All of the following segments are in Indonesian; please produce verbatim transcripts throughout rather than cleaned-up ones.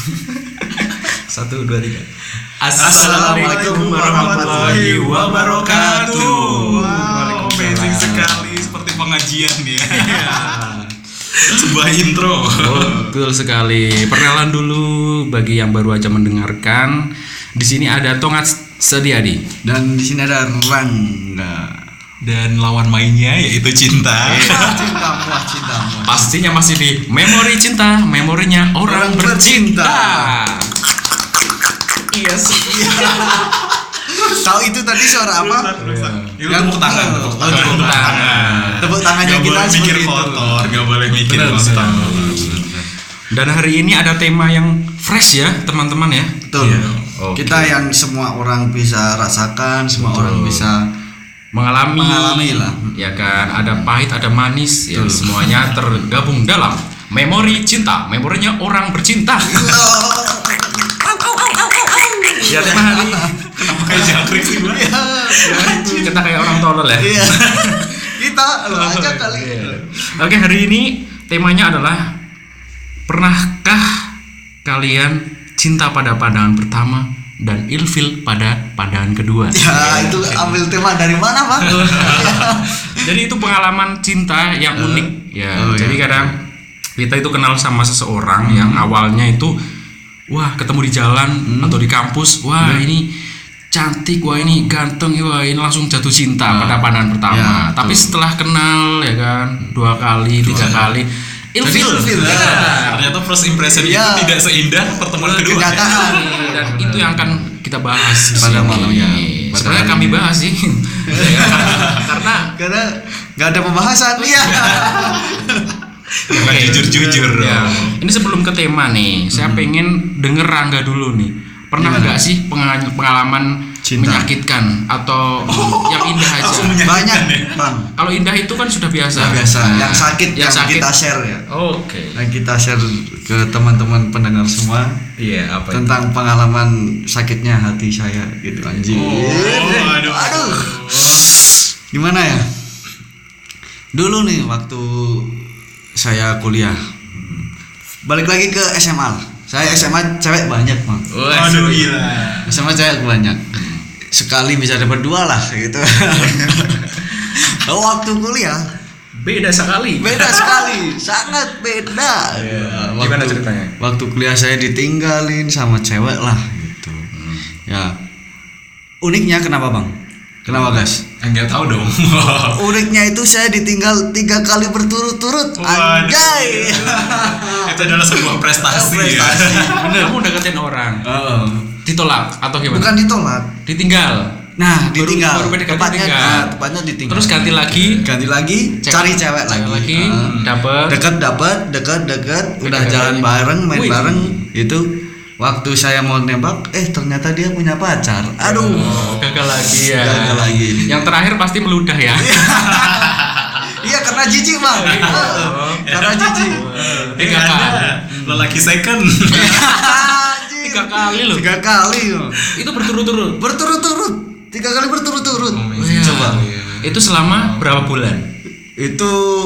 Satu, dua, tiga. Assalamualaikum warahmatullahi wabarakatuh. Wow, amazing sekali, seperti pengajian ya. Sebuah intro. Betul sekali. Perkenalan dulu bagi yang baru aja mendengarkan. Di sini ada Tongat Sediadi dan di sini ada Rangga. Dan lawan mainnya yaitu cinta. Cinta muah, cinta muah. Pastinya masih di Memori Cinta, memorinya orang, orang bercinta. Iya sih. Tahu itu tadi suara apa? Ya. Yang tepuk tangan, tepuk tangan. Tepuk tangan. Tepuk tangannya gak kita boleh mikir kotor, enggak boleh mikir kotor. Dan hari ini ada tema yang fresh ya, teman-teman ya. Betul. Ya. Okay. Kita yang semua orang bisa rasakan, semua Betul. orang bisa mengalami, mengalami lah. Ya kan, ada pahit, ada manis, ya semuanya tergabung dalam Memori Cinta, memorinya orang bercinta. Ya tema hari kenapa kayak jangkrik sih Bang? Ya, kita kayak orang tolol ya. Iya. Kita lo aja kali. Oke, hari ini temanya adalah pernahkah kalian cinta pada pandangan pertama dan ilfil pada pandangan kedua? Ya, itu ambil tema dari mana, Bang? Jadi itu pengalaman cinta yang unik ya. Oh, jadi ya. Kadang kita itu kenal sama seseorang hmm. yang awalnya itu wah ketemu di jalan hmm. atau di kampus, wah hmm. ini cantik, wah ini ganteng, wah ini langsung jatuh cinta nah. pada pandangan pertama. Ya, tapi betul. Setelah kenal ya kan dua kali, dua tiga kali, ilfil. Ya. Ternyata first impression ya. Itu tidak seindah pertemuan kedua. Kenyataan. Dan itu yang akan kita bahas pada malam ya. Sebenarnya kami bahas sih. karena karena nggak ada pembahasan ya. Jangan jujur-jujur. Ya. Ini sebelum ke tema nih, hmm. saya pengen denger Rangga dulu nih. Pernah nggak sih pengalaman cinta menyakitkan atau oh, yang indah aja? Banyak, Bang. Kalau indah itu kan sudah biasa. Nah, biasa. Nah, yang sakit yang, yang sakit. Kita share ya. Oh, Oke. Okay. Yang kita share ke teman-teman pendengar semua. Iya. Yeah, apa? Tentang itu? Pengalaman sakitnya hati saya gitu anjir. Oh, aduh. aduh. Gimana ya? Dulu nih waktu saya kuliah, balik lagi ke S M A. Saya S M A cewek banyak, Bang. Waduh gila. S M A cewek banyak. Sekali bisa dapat dua lah gitu. Waktu kuliah beda sekali. Beda sekali, sangat beda. Ya, gimana ceritanya? Waktu kuliah saya ditinggalin sama cewek lah gitu. Hmm. Ya. Uniknya kenapa, Bang? Kenapa, Gas? Enggak tahu dong. Uniknya itu saya ditinggal tiga kali berturut-turut. Anjay. Itu adalah sebuah prestasi. prestasi. Ya. Bener. Kamu deketin orang. Oh. Ditolak atau gimana? Bukan ditolak. Ditinggal. Nah, ditinggal. Baru, baru tepatnya, nah, tepatnya ditinggal. Terus ganti lagi. Ganti lagi. Cewek, cari cewek lagi. lagi. Hmm. Dapat. Dekat dapat, dekat dekat. Udah jalan bareng, main Wih. bareng. Itu. Waktu saya mau nembak, eh ternyata dia punya pacar. Aduh, oh, gagal lagi ya. Gagal lagi. Yang terakhir pasti meludah ya. Iya karena jijik, Bang. Oh, karena jijik. Tiga kali. Lelaki second. Tiga kali loh. Tiga kali loh. Itu berturut-turut. Berturut-turut. Tiga kali berturut-turut. Oh, iya. Coba. Itu selama berapa bulan? Itu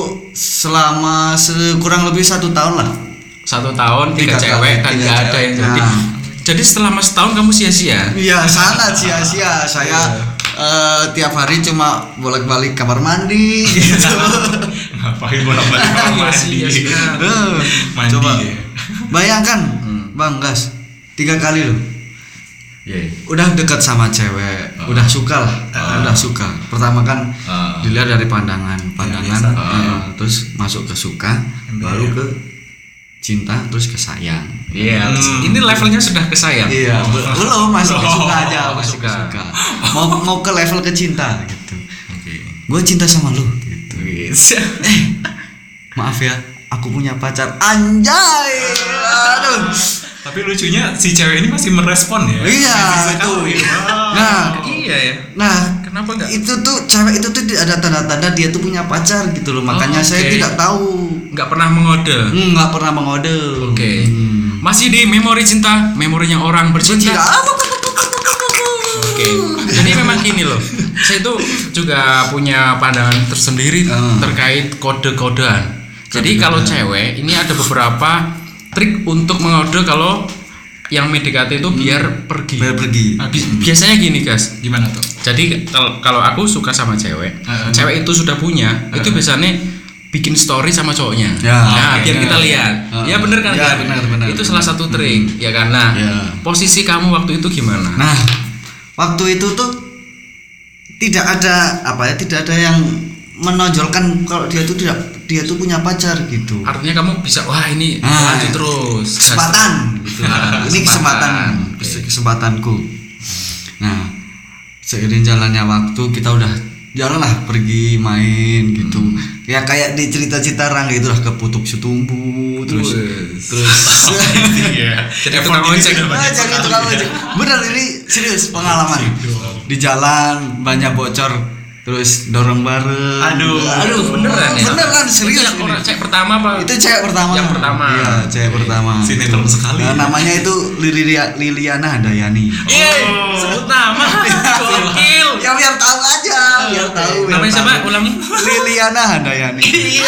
selama kurang lebih satu tahun lah. Satu tahun tiga, tiga cewek kan nggak ada yang jadi. Nah. Jadi selama setahun kamu sia-sia? Iya sangat sia-sia. Saya uh, tiap hari cuma bolak-balik kamar mandi. Gitu. Ngapain bolak-balik kamar mandi? uh, mandi. Coba bayangkan, hmm. Bang Gas, tiga kali loh. Yeah. Udah dekat sama cewek, uh. udah suka lah, uh. udah suka. Pertama kan uh. dilihat dari pandangan, pandangan, yeah, uh. terus masuk ke suka, yeah. baru ke cinta terus ke sayang. Iya. Yeah. Hmm. Ini levelnya sudah ke sayang. Iya. Yeah. Belum masih ke suka aja, oh, masih ke suka. Mau mau ke level ke cinta gitu. Oke. Okay. Gue cinta sama lu gitu. Yes. Eh, maaf ya, aku punya pacar. Anjay. Aduh. Tapi lucunya si cewek ini masih merespon ya. Iya. Itu. Nah, iya ya. Nah, kenapa enggak? Itu tuh cewek itu tuh ada tanda-tanda dia tuh punya pacar gitu loh. Makanya oh, okay. saya tidak tahu. Nggak pernah mengode. Hmm, nggak pernah mengode. Oke. Okay. Hmm. Masih di Memori Cinta, memorinya orang bercinta. Oke. Okay. Jadi memang gini loh. Saya itu juga punya pandangan tersendiri hmm. terkait kode-kodean. Jadi kalau cewek ini ada beberapa trik untuk mengode kalau yang M D K T itu biar pergi. Biar pergi. Bi- Biasanya gini guys. Gimana tuh? Jadi kalau kalau aku suka sama cewek, Uh-uh. cewek itu sudah punya, uh-uh. itu biasanya bikin story sama cowoknya. Ya, nah, oke. biar kita lihat. Uh-uh. Ya bener kan? Ya, Kak? benar, benar, itu benar. salah satu trik, ya kan? Nah, Ya. posisi kamu waktu itu gimana? Nah, waktu itu tuh tidak ada apa ya, tidak ada yang menonjolkan kalau dia tuh tidak dia tuh punya pacar gitu. Artinya kamu bisa, wah ini Ah, lanjut terus. Kesempatan gitu. Ini kesempatan, Oke. kesempatanku. Nah, seiring jalannya waktu kita udah jalan lah pergi main gitu. Ya kayak di cerita-cerita Rang gitu lah, ke Putuk Setumbu terus Wes. terus Iya. Jadi Effort tukang ini ojek. sudah Ah, banyak jadi sekali tukang ya. ojek. Bener ini serius pengalaman. Di jalan banyak bocor terus dorong bareng. Aduh. Aduh, beneran ya? Beneran serius. Itu yang ini. orang cewek pertama apa? Itu cewek pertama. Yang pertama. Iya, cewek pertama. Sinetron sekali. Nah, namanya itu Lilia, Liliana Handayani. Iya, Oh. sebut nama. Gokil. Ya biar tahu aja, biar tahu. biar Namanya tahu. siapa? Ulangi. Liliana Handayani.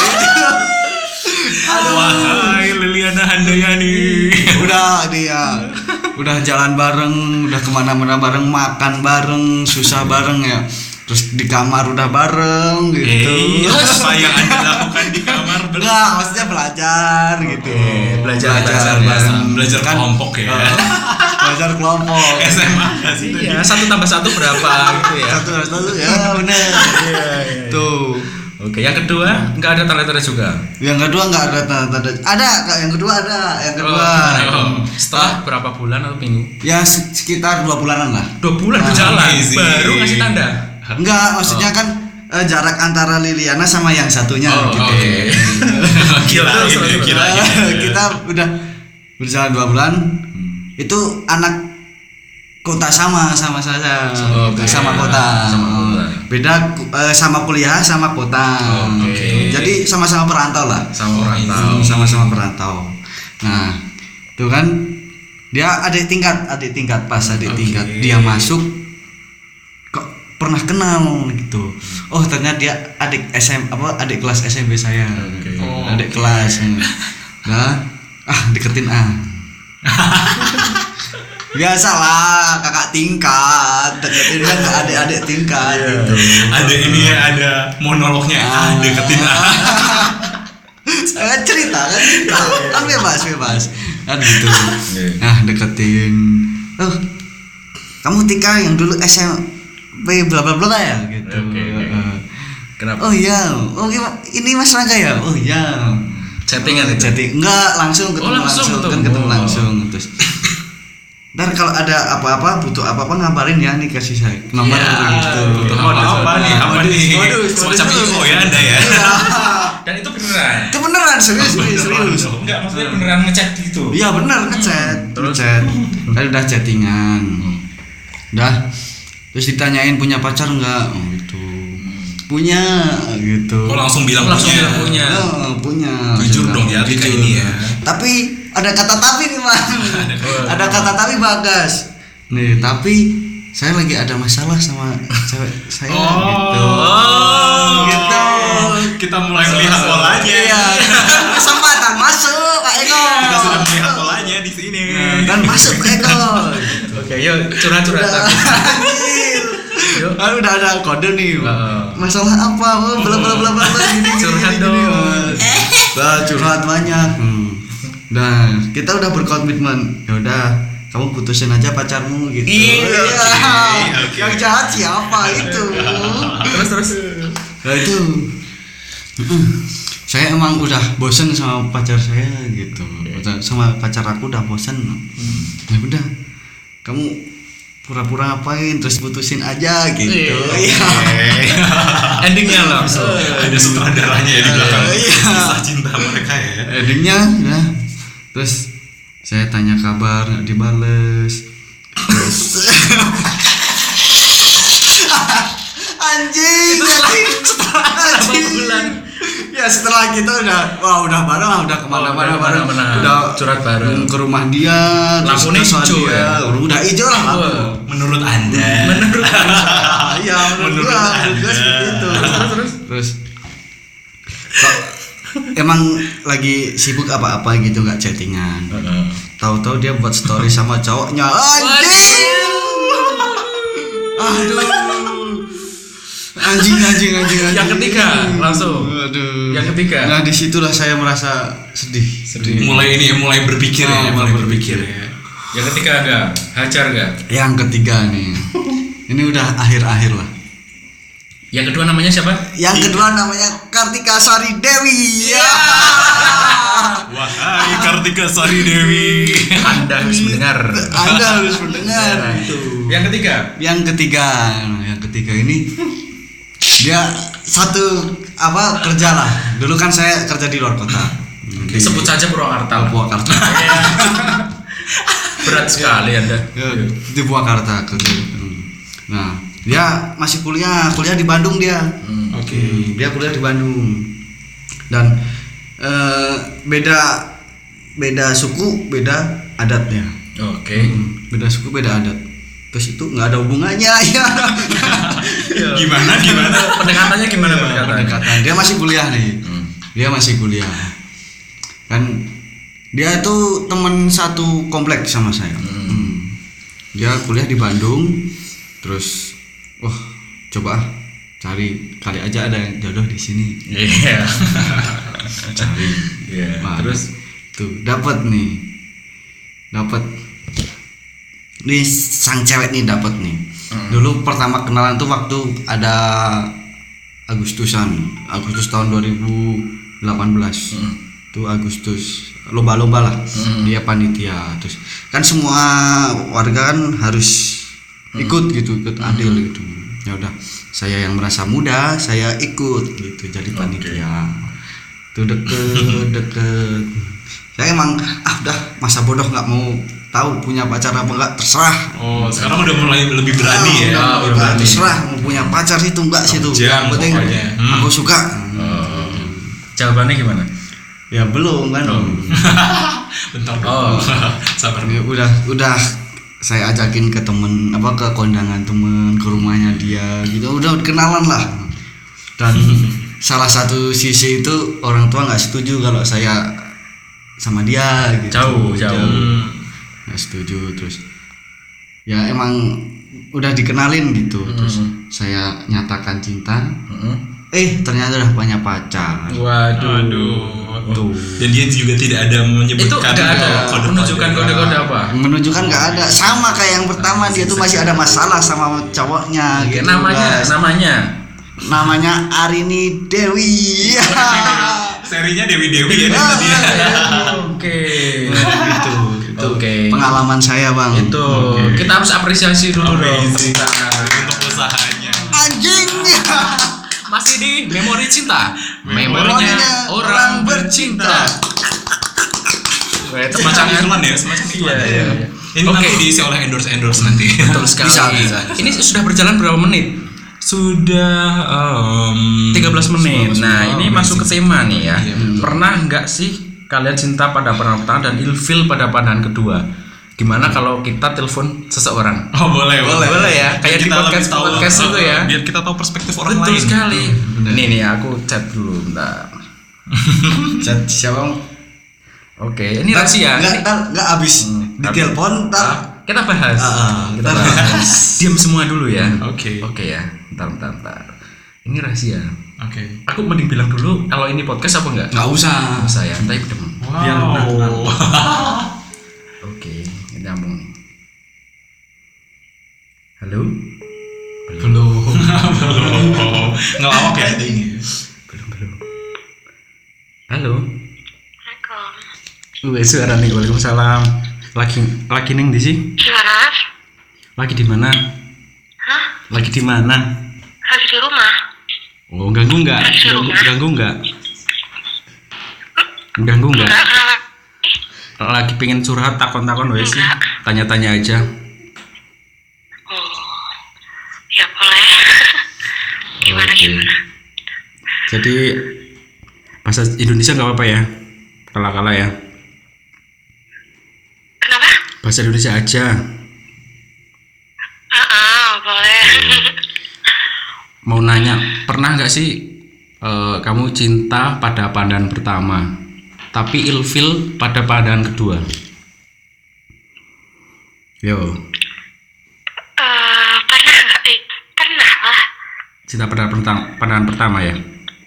Wahai Liliana Handayani. Udah dia, udah jalan bareng, udah kemana-mana bareng, makan bareng, susah bareng ya. Terus di kamar udah bareng gitu. Eh, apa yang Anda lakukan di kamar? Enggak, maksudnya belajar gitu. belajar, belajar, bareng. belajar Kan, kelompok ya. eh, belajar kelompok. S M A sih itu. Iya, satu tambah satu berapa gitu ya? Satu satu ya benar. Tuh. Oke, yang kedua nggak ada tanda-tanda juga. Yang kedua nggak ada tanda-tanda. Ada, Kak. Yang kedua ada. Yang kedua. Oh, setelah berapa bulan atau minggu? Ya se- sekitar dua bulanan lah. Dua bulan Ah, berjalan, easy. baru ngasih tanda. Enggak, maksudnya kan eh, jarak antara Liliana sama yang satunya Oh, gitu. oke. Kira Terus, ini, terus, kira Eh, kita udah berjalan dua bulan. Itu anak kota sama sama saya. Oke. Sama kota. Sama kota. Beda eh, sama kuliah sama kota. Oke. Jadi sama-sama perantau lah. Sama orang Easy. tahu. Sama-sama perantau. Nah, tuh kan dia adik tingkat, adik tingkat pas adik Oke. tingkat dia masuk kok pernah kenal gitu. Oh, ternyata dia adik S M apa adik kelas S M P saya. Oke. Oh, Adik oke. kelas. Nah, ah deketin ah. Biasalah kakak tingkat deketin kan ke adik-adik tingkat gitu. Ada ini ya, ada monolognya. Ah, deketin ah. Saya cerita kan cerita. Kan bebas bebas kan gitu. Oke. Nah deketin. Oh, kamu Tika yang dulu S M P bla bla bla ya gitu. Oke, oke. Heeh. Kenapa? Oh iya, oh gimana? Ini Mas Rangga ya? Oh iya. Chattingan itu? Chatting enggak langsung ketemu Oh, langsung langsung, ketemu. kan ketemu Oh. langsung terus. Ntar kalau ada apa-apa butuh apa-apa ngabarin ya nih kasih saya nomor Iya, gitu. butuh Apa, modus, apa nih? Apa modus, nih? modus, Semacam modus. I O ya Anda ya. Iya. Dan itu beneran. Itu beneran serius serius. serius. Enggak, maksudnya beneran ngechat gitu. Iya bener ngechat, Terus? ngechat. Kan udah chattingan. Udah. Terus ditanyain punya pacar enggak? Oh gitu. Punya gitu. Oh, langsung bilang Langsung punya. bilang punya. Oh, punya. Jujur dong ya, Jujur. kayak ini ya. Tapi ada kata tapi nih, Bang. Ada kata tapi Bagas. Nih, tapi saya lagi ada masalah sama cewek saya gitu. Oh, Gitu. Kita mulai melihat polanya. Iya. Kesempatan masuk, Kak Eko. Kita sudah melihat polanya di sini. Dan masuk Kak Eko. Oke, yuk curhat-curhatan. Anjir. Yuk. Kan udah ada kode nih. Heeh. Masalah apa? Oh, bla bla bla bla bla gini. Curhat gini, gini, dong. gini. Bah, curhat banyak. Hmm. Nah, kita udah berkomitmen. Ya udah, kamu putusin aja pacarmu gitu. Iya, Iya. oke. Yang jahat siapa itu? Terus terus. Nah, itu. Mm-mm. Saya emang udah bosen sama pacar saya gitu. Sama pacar aku udah bosen. Ya udah. Kamu pura-pura ngapain terus putusin aja gitu. Iya. Endingnya langsung. Ada sutradaranya ya di belakang Iya. kisah cinta mereka ya. Endingnya ya. Terus saya tanya kabar nggak dibales. Terus anjing, anjing, anjing. bulan? Ya setelah kita udah, wah udah bareng lah, udah kemana-mana udah bareng, kemana-mana. udah Curhat bareng. ke rumah dia, terus Lampunya ke soal hijau dia. ya? Udah hijau lah lampu. Wah. Menurut Anda. Menurut Iya menurut Menurut gua, Anda. menurut gua seperti itu. terus terus. Terus kok emang lagi sibuk apa-apa gitu nggak chattingan. Tahu-tahu dia buat story sama cowoknya. Anjing. Aduh. Anjing anjing anjing anjing. Yang ketiga langsung. Aduh. Yang ketiga. Nah disitulah saya merasa sedih. Sedih. Mulai ini ya, mulai berpikir ya, mulai berpikir ya. Yang ketiga enggak, hajar enggak? Yang ketiga nih. Ini udah akhir-akhir lah. Yang kedua namanya siapa? Yang kedua namanya Kartika Sari Dewi. Ya. Wahai Kartika Sari Dewi, Anda harus mendengar. Anda harus mendengar. Itu. Yang ketiga. Yang ketiga, nah, yang ketiga ini dia satu apa kerja lah. Dulu kan saya kerja di luar kota. Di, Sebut saja Purwakarta. Purwakarta. Berat sekali Anda. Di Purwakarta kerja. Nah, dia masih kuliah, kuliah di Bandung dia. Hmm, Oke. Okay. Dia kuliah di Bandung. Dan eh, beda beda suku, beda adatnya. Oke. Okay. Hmm, beda suku, beda adat. Terus itu nggak ada hubungannya ya. Gimana gimana? Pendekatannya gimana ya, pendekatan? pendekatan? Dia masih kuliah nih. Hmm. Dia masih kuliah. Kan dia itu teman satu kompleks sama saya. Hmm. Hmm. Dia kuliah di Bandung. Terus, wah coba cari kali aja ada yang jodoh di sini. Iya. Yeah. Cari. Iya. Yeah. Terus tuh dapat nih, dapat. Nih sang cewek nih dapat nih. Mm. Dulu pertama kenalan tuh waktu ada Agustusan, Agustus tahun dua ribu delapan belas. Mm. Tuh Agustus lomba-lomba lah. Mm. Dia panitia. Terus kan semua warga kan harus ikut gitu, ikut adil hmm. gitu. Ya udah, saya yang merasa muda, saya ikut gitu jadi panitia. Tuh deket deket. Saya emang ah udah masa bodoh nggak mau tahu punya pacar apa enggak terserah. Oh, sekarang udah mulai lebih berani ah, ya. Udah, oh, udah berani. Terserah mau punya pacar situ enggak situ. Yang penting hmm. aku suka. Oh. Jawabannya gimana? Ya belum kan. Oh. Bentar. Oh. Sabar. Ya, udah udah saya ajakin ke temen apa ke kondangan temen ke rumahnya dia gitu udah kenalan lah dan salah satu sisi itu orang tua nggak setuju kalau saya sama dia gitu jauh jauh nggak setuju terus ya emang udah dikenalin gitu mm-hmm. Terus saya nyatakan cinta mm-hmm. Eh ternyata udah punya pacar. Waduh. Waduh. Tuh. Dan dia juga tidak ada menyebutkan itu ada kode menunjukkan kode-kode apa? Menunjukkan nggak ada. Sama kayak yang pertama dia tuh masih ada masalah sama cowoknya. Oke, gitu, namanya guys. namanya namanya Arini Dewi. Serinya Dewi Dewi ya tadi. Oke. Gitu. Itu okay. Pengalaman saya bang. Itu okay. Kita harus apresiasi dulu dong. Untuk usahanya. Anjing. Masih di Memori Cinta. Memorinya orang bercinta. Weh, semacam iklan ya, semacam iklan. Iya, iya. Ini okay. Nanti diisi oleh endorse endorse nanti. Betul sekali. Bisa, bisa, bisa. Ini sudah berjalan berapa menit? Sudah um, tiga belas menit. Nah, ini masuk ke tema nih ya. Iya, pernah nggak sih kalian cinta pada pandangan pertama dan ilfil pada pandangan kedua? Gimana kalau kita telepon seseorang? Oh boleh, boleh, boleh ya. Kayak di podcast podcast itu ya. Biar kita tahu perspektif orang Betul lain. Betul sekali. Bener. Nih nih aku chat dulu, bentar. Chat siapa? Oke, ini rahasia. Enggak, entar enggak habis hmm, di telepon, entar kita bahas. Uh, kita bahas. Diam semua dulu ya. Oke. Okay. Oke okay, ya. Bentar, bentar, bentar. Ini rahasia. Oke. Okay. Aku mending bilang dulu kalau ini podcast apa enggak? Enggak usah. Enggak usah ya. Tapi udah. Wow. Biar benar. Oke, ini nyambung nih. Halo? Belum. Belum. Ngelawak ya ini. Belum, belum. Halo? Assalamualaikum. Wih, suara nih. Waalaikumsalam. Lagi lagi neng di sih? Gimana? Lagi di mana? Hah? Lagi di mana? Lagi di rumah. Oh, ganggu enggak? Ganggu, ganggu enggak? Ganggu enggak? Enggak. Lagi pengen curhat takon-takon wes sih. Tanya-tanya aja. Oh. Ya boleh. Gimana Oke. gimana? Jadi bahasa Indonesia enggak apa-apa ya? Kala-kala ya. Kenapa? Bahasa Indonesia aja. Ah, uh-uh, boleh. Mau nanya, pernah nggak sih eh, kamu cinta pada pandangan pertama, tapi ilfil pada pandangan kedua. Yo, Eh, pernah nggak? Eh, pernah lah. cinta pada pertama, pandangan pertama ya?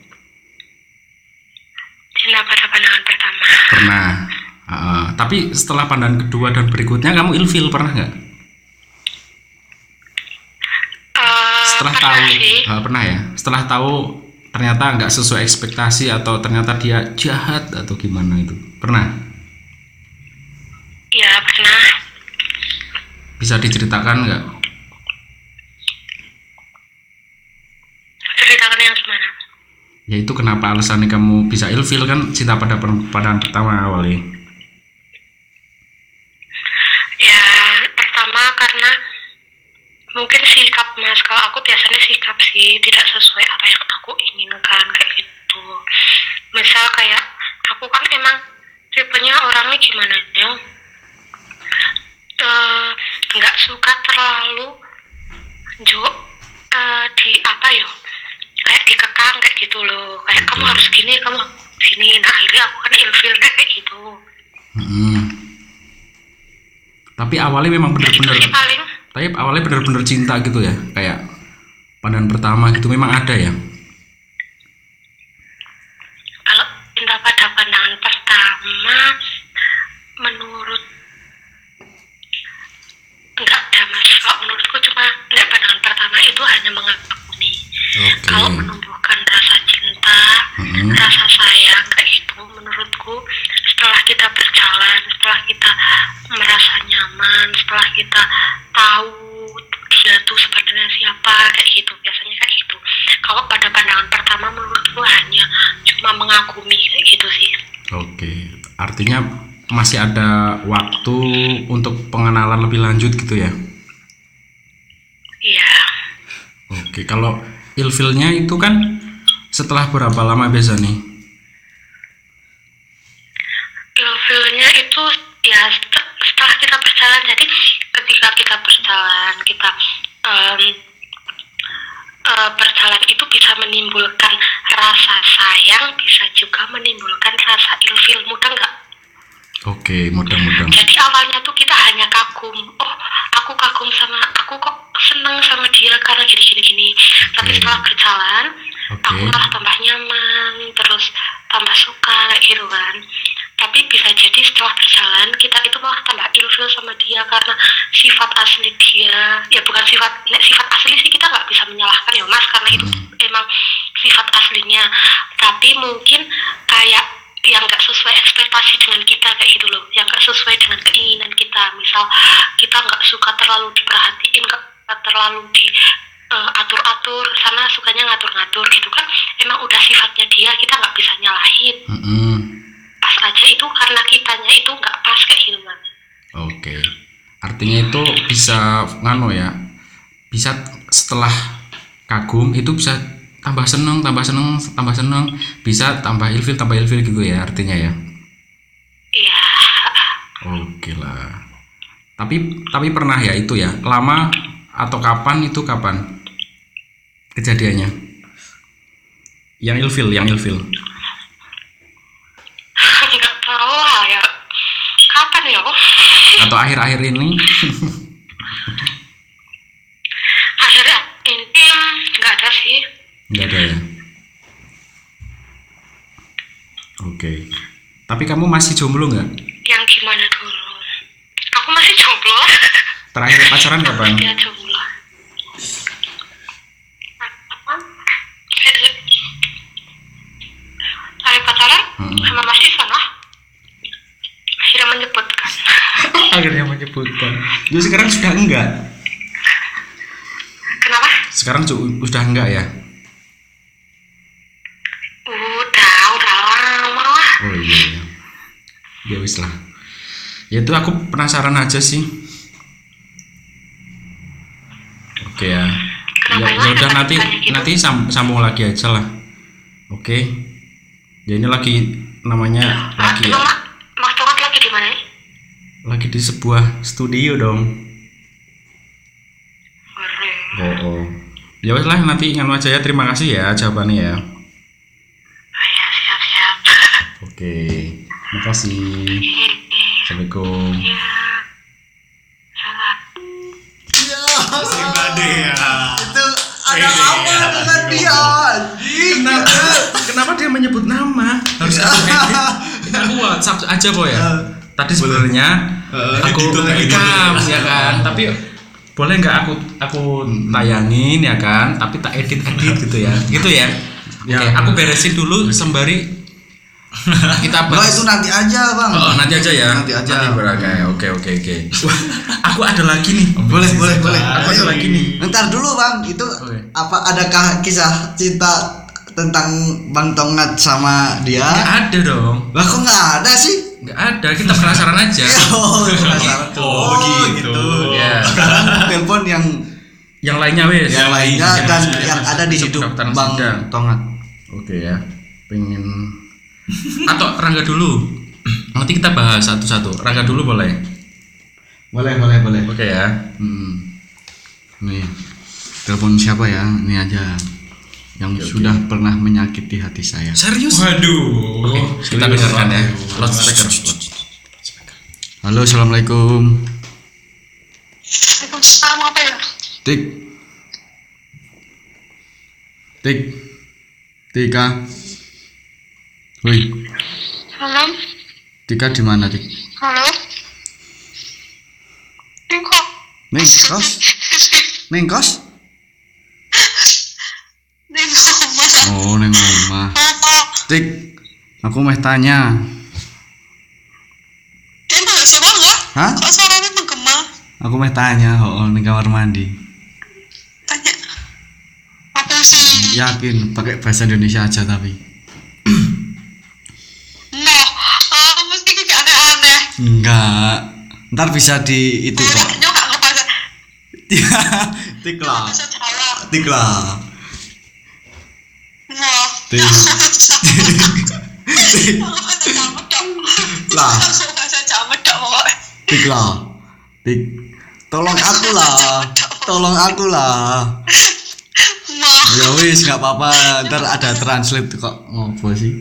Cinta pada pandangan pertama. Pernah. Uh, tapi setelah pandangan kedua dan berikutnya kamu ilfil pernah nggak? Eh, Setelah pernah tahu, sih. uh, pernah ya. Setelah tahu ternyata nggak sesuai ekspektasi atau ternyata dia jahat atau gimana itu, pernah? Ya pernah. Bisa diceritakan nggak? Ceritakan yang gimana? Ya itu kenapa alasannya kamu bisa ilfil, kan cinta pada per- pandangan pertama awalnya. Ya pertama karena mungkin sikap mas. Kalau aku biasanya sikap sih tidak sesuai apa yang aku inginkan kayak gitu. Misal kayak aku kan emang tipenya orangnya gimana ya? Eh, nggak suka terlalu jo eh, di apa ya? Kayak dikekang kayak gitu loh. Kayak kamu harus gini, kamu harus gini. Nah akhirnya aku kan ilfilnya kayak gitu. Hmm. Tapi awalnya memang Kayak gitu benar-benar, sih paling. tapi awalnya benar-benar cinta gitu ya, kayak pandangan pertama gitu memang ada ya. Kalau cinta pada pandangan pertama, menurut enggak ada mas. Kalau menurutku cuma enggak, pandangan pertama itu hanya mengagumi. Oke. Kalau menumbuhkan rasa cinta, Mm-mm. rasa sayang kayak itu, menurutku setelah kita berjalan, setelah kita merasa nyaman, setelah kita tahu dia tuh sebenarnya siapa kayak gitu, biasanya kayak gitu. Kalau pada pandangan pertama menurutku hanya cuma mengagumi kayak gitu sih. Oke, artinya masih ada waktu untuk pengenalan lebih lanjut gitu ya. Iya. Oke, kalau ilfilnya itu kan setelah berapa lama biasa nih? Ilfilnya itu ya set- setelah kita berjalan. Jadi ketika kita berjalan, kita em, eh, berjalan itu bisa menimbulkan rasa sayang, bisa juga menimbulkan rasa ilfil. Mudah nggak? Oke, mudah-mudahan. Jadi awalnya tuh kita hanya kagum. Oh, aku kagum sama, aku kok seneng sama dia karena gini-gini gini. Tapi Oke. setelah berjalan, Oke. aku malah tambah nyaman, terus tambah suka kayak gitu kan. Tapi bisa jadi setelah berjalan kita itu malah tambah ilfil sama dia karena sifat asli dia. Ya bukan sifat, nek sifat asli sih kita nggak bisa menyalahkan ya mas, karena itu emang sifat aslinya. Tapi mungkin kayak yang nggak sesuai ekspektasi dengan kita kayak gitu loh, yang nggak sesuai dengan keinginan kita. Misal kita nggak suka terlalu diperhatiin, nggak terlalu di eh, atur-atur, sana sukanya ngatur-ngatur gitu kan, emang udah sifatnya dia, kita nggak bisa nyalahin. Mm-mm. Pas aja itu karena kitanya itu nggak pas kayak gitu kan. Oke, artinya itu bisa ngano ya, bisa setelah kagum itu bisa tambah seneng, tambah seneng, tambah seneng, bisa tambah ilfil, tambah ilfil gitu ya artinya ya. Iya. Oke lah. Tapi tapi pernah ya itu ya, lama atau kapan itu kapan kejadiannya? Yang ilfil, yang ilfil. Nggak tahu lah ya kapan ya. Atau akhir-akhir ini? Akhirnya ini nggak ada sih. Enggak ada ya. Oke. Tapi kamu masih jomblo nggak? Yang gimana dulu? Aku masih jomblo. Terakhir pacaran kapan? Dia jomblo. Apa? Saya pacaran Mm-mm. sama Mas Ivan lah. Akhirnya menyebutkan. Akhirnya menyebutkan. Jadi sekarang sudah enggak? Kenapa? Sekarang ju- sudah enggak ya? Udah, udah lama lah. Oh iya iya. Ya wis lah. Ya itu aku penasaran aja sih. Oke ya. Ya, Kenapa ya emang udah kenapa nanti ditanya gitu? nanti sam- sambung lagi aja lah. Oke. Ya ini lagi namanya Mas, lagi emang Ma- Mas Tongat lagi di mana nih? lagi di sebuah studio dong. Keren. Oh, oh. Ya wes lah nanti nganu aja ya. Terima kasih ya jawabannya ya. Oke, makasih. Assalamualaikum. Ya. Salam. Pribadi ya. Itu ada apa dengan dia? Kenapa? Kenapa dia menyebut nama? Harus aku edit. Ini aku WhatsApp aja boy ya. Tadi sebenarnya aku rekam ya kan, tapi boleh nggak aku aku tayangin ya kan, tapi tak edit edit gitu ya, gitu ya. Oke, aku beresin dulu sembari kita Enggak, bahas. itu nanti aja bang. Oh, nanti aja ya. Nanti aja. Nanti berakai. Oke oke oke. Wah, aku ada lagi nih. Boleh boleh boleh. Aku ada lagi nih. Ntar dulu bang, itu Oke. apa adakah kisah cinta tentang Bang Tongat sama dia? Nggak ada dong. Lah kok nggak ada sih? Nggak ada. Kita penasaran aja. Oh, penasaran. Oh, gitu. Ya. Sekarang telepon yang Yang lainnya wes. yang lainnya Yang dan sudah yang ada di masuk hidup pendaftaran Bang sidang. Tongat. Oke ya. Pengen atau Rangga dulu. Nanti kita bahas satu-satu. Rangga dulu boleh. Boleh boleh boleh. Oke ya. Hmm. Nih, telepon siapa ya? Ini aja. Yang Oke, sudah pernah menyakiti hati saya. Serius? Waduh. Oke, kita dengarkan ya. Loudspeaker. Halo, assalamualaikum. Waalaikumsalam, apa ya? Tik. Tik. Tika. Woi, Salam. Tika di mana, Tik? Halo. Engkau. Neng kos? Neng kos? Neng rumah. Oh, neng rumah. Apa? Tik, aku mau tanya. Emang gak suara enggak? Hah? Kok suaranya menggema? Aku mau tanya, oh, neng kamar mandi. Tanya. Apa sih? Yakin pakai bahasa Indonesia aja tapi. Noh, ah, mesti kayak aneh-aneh. Enggak. Ntar bisa di itu kok. Kayaknya gak ngebahas. Tik lah. Bahasa Jawa. Tik lah. Noh. Tik. Tik. Aku bahasa Jawa dong. Lah. Aku bahasa Jawa dong pokoknya. Tik lah. Tik. Tolong aku lah. Tolong aku lah. Noh. Ya wis nggak apa-apa. Ntar ada translate kok. Ngopo sih?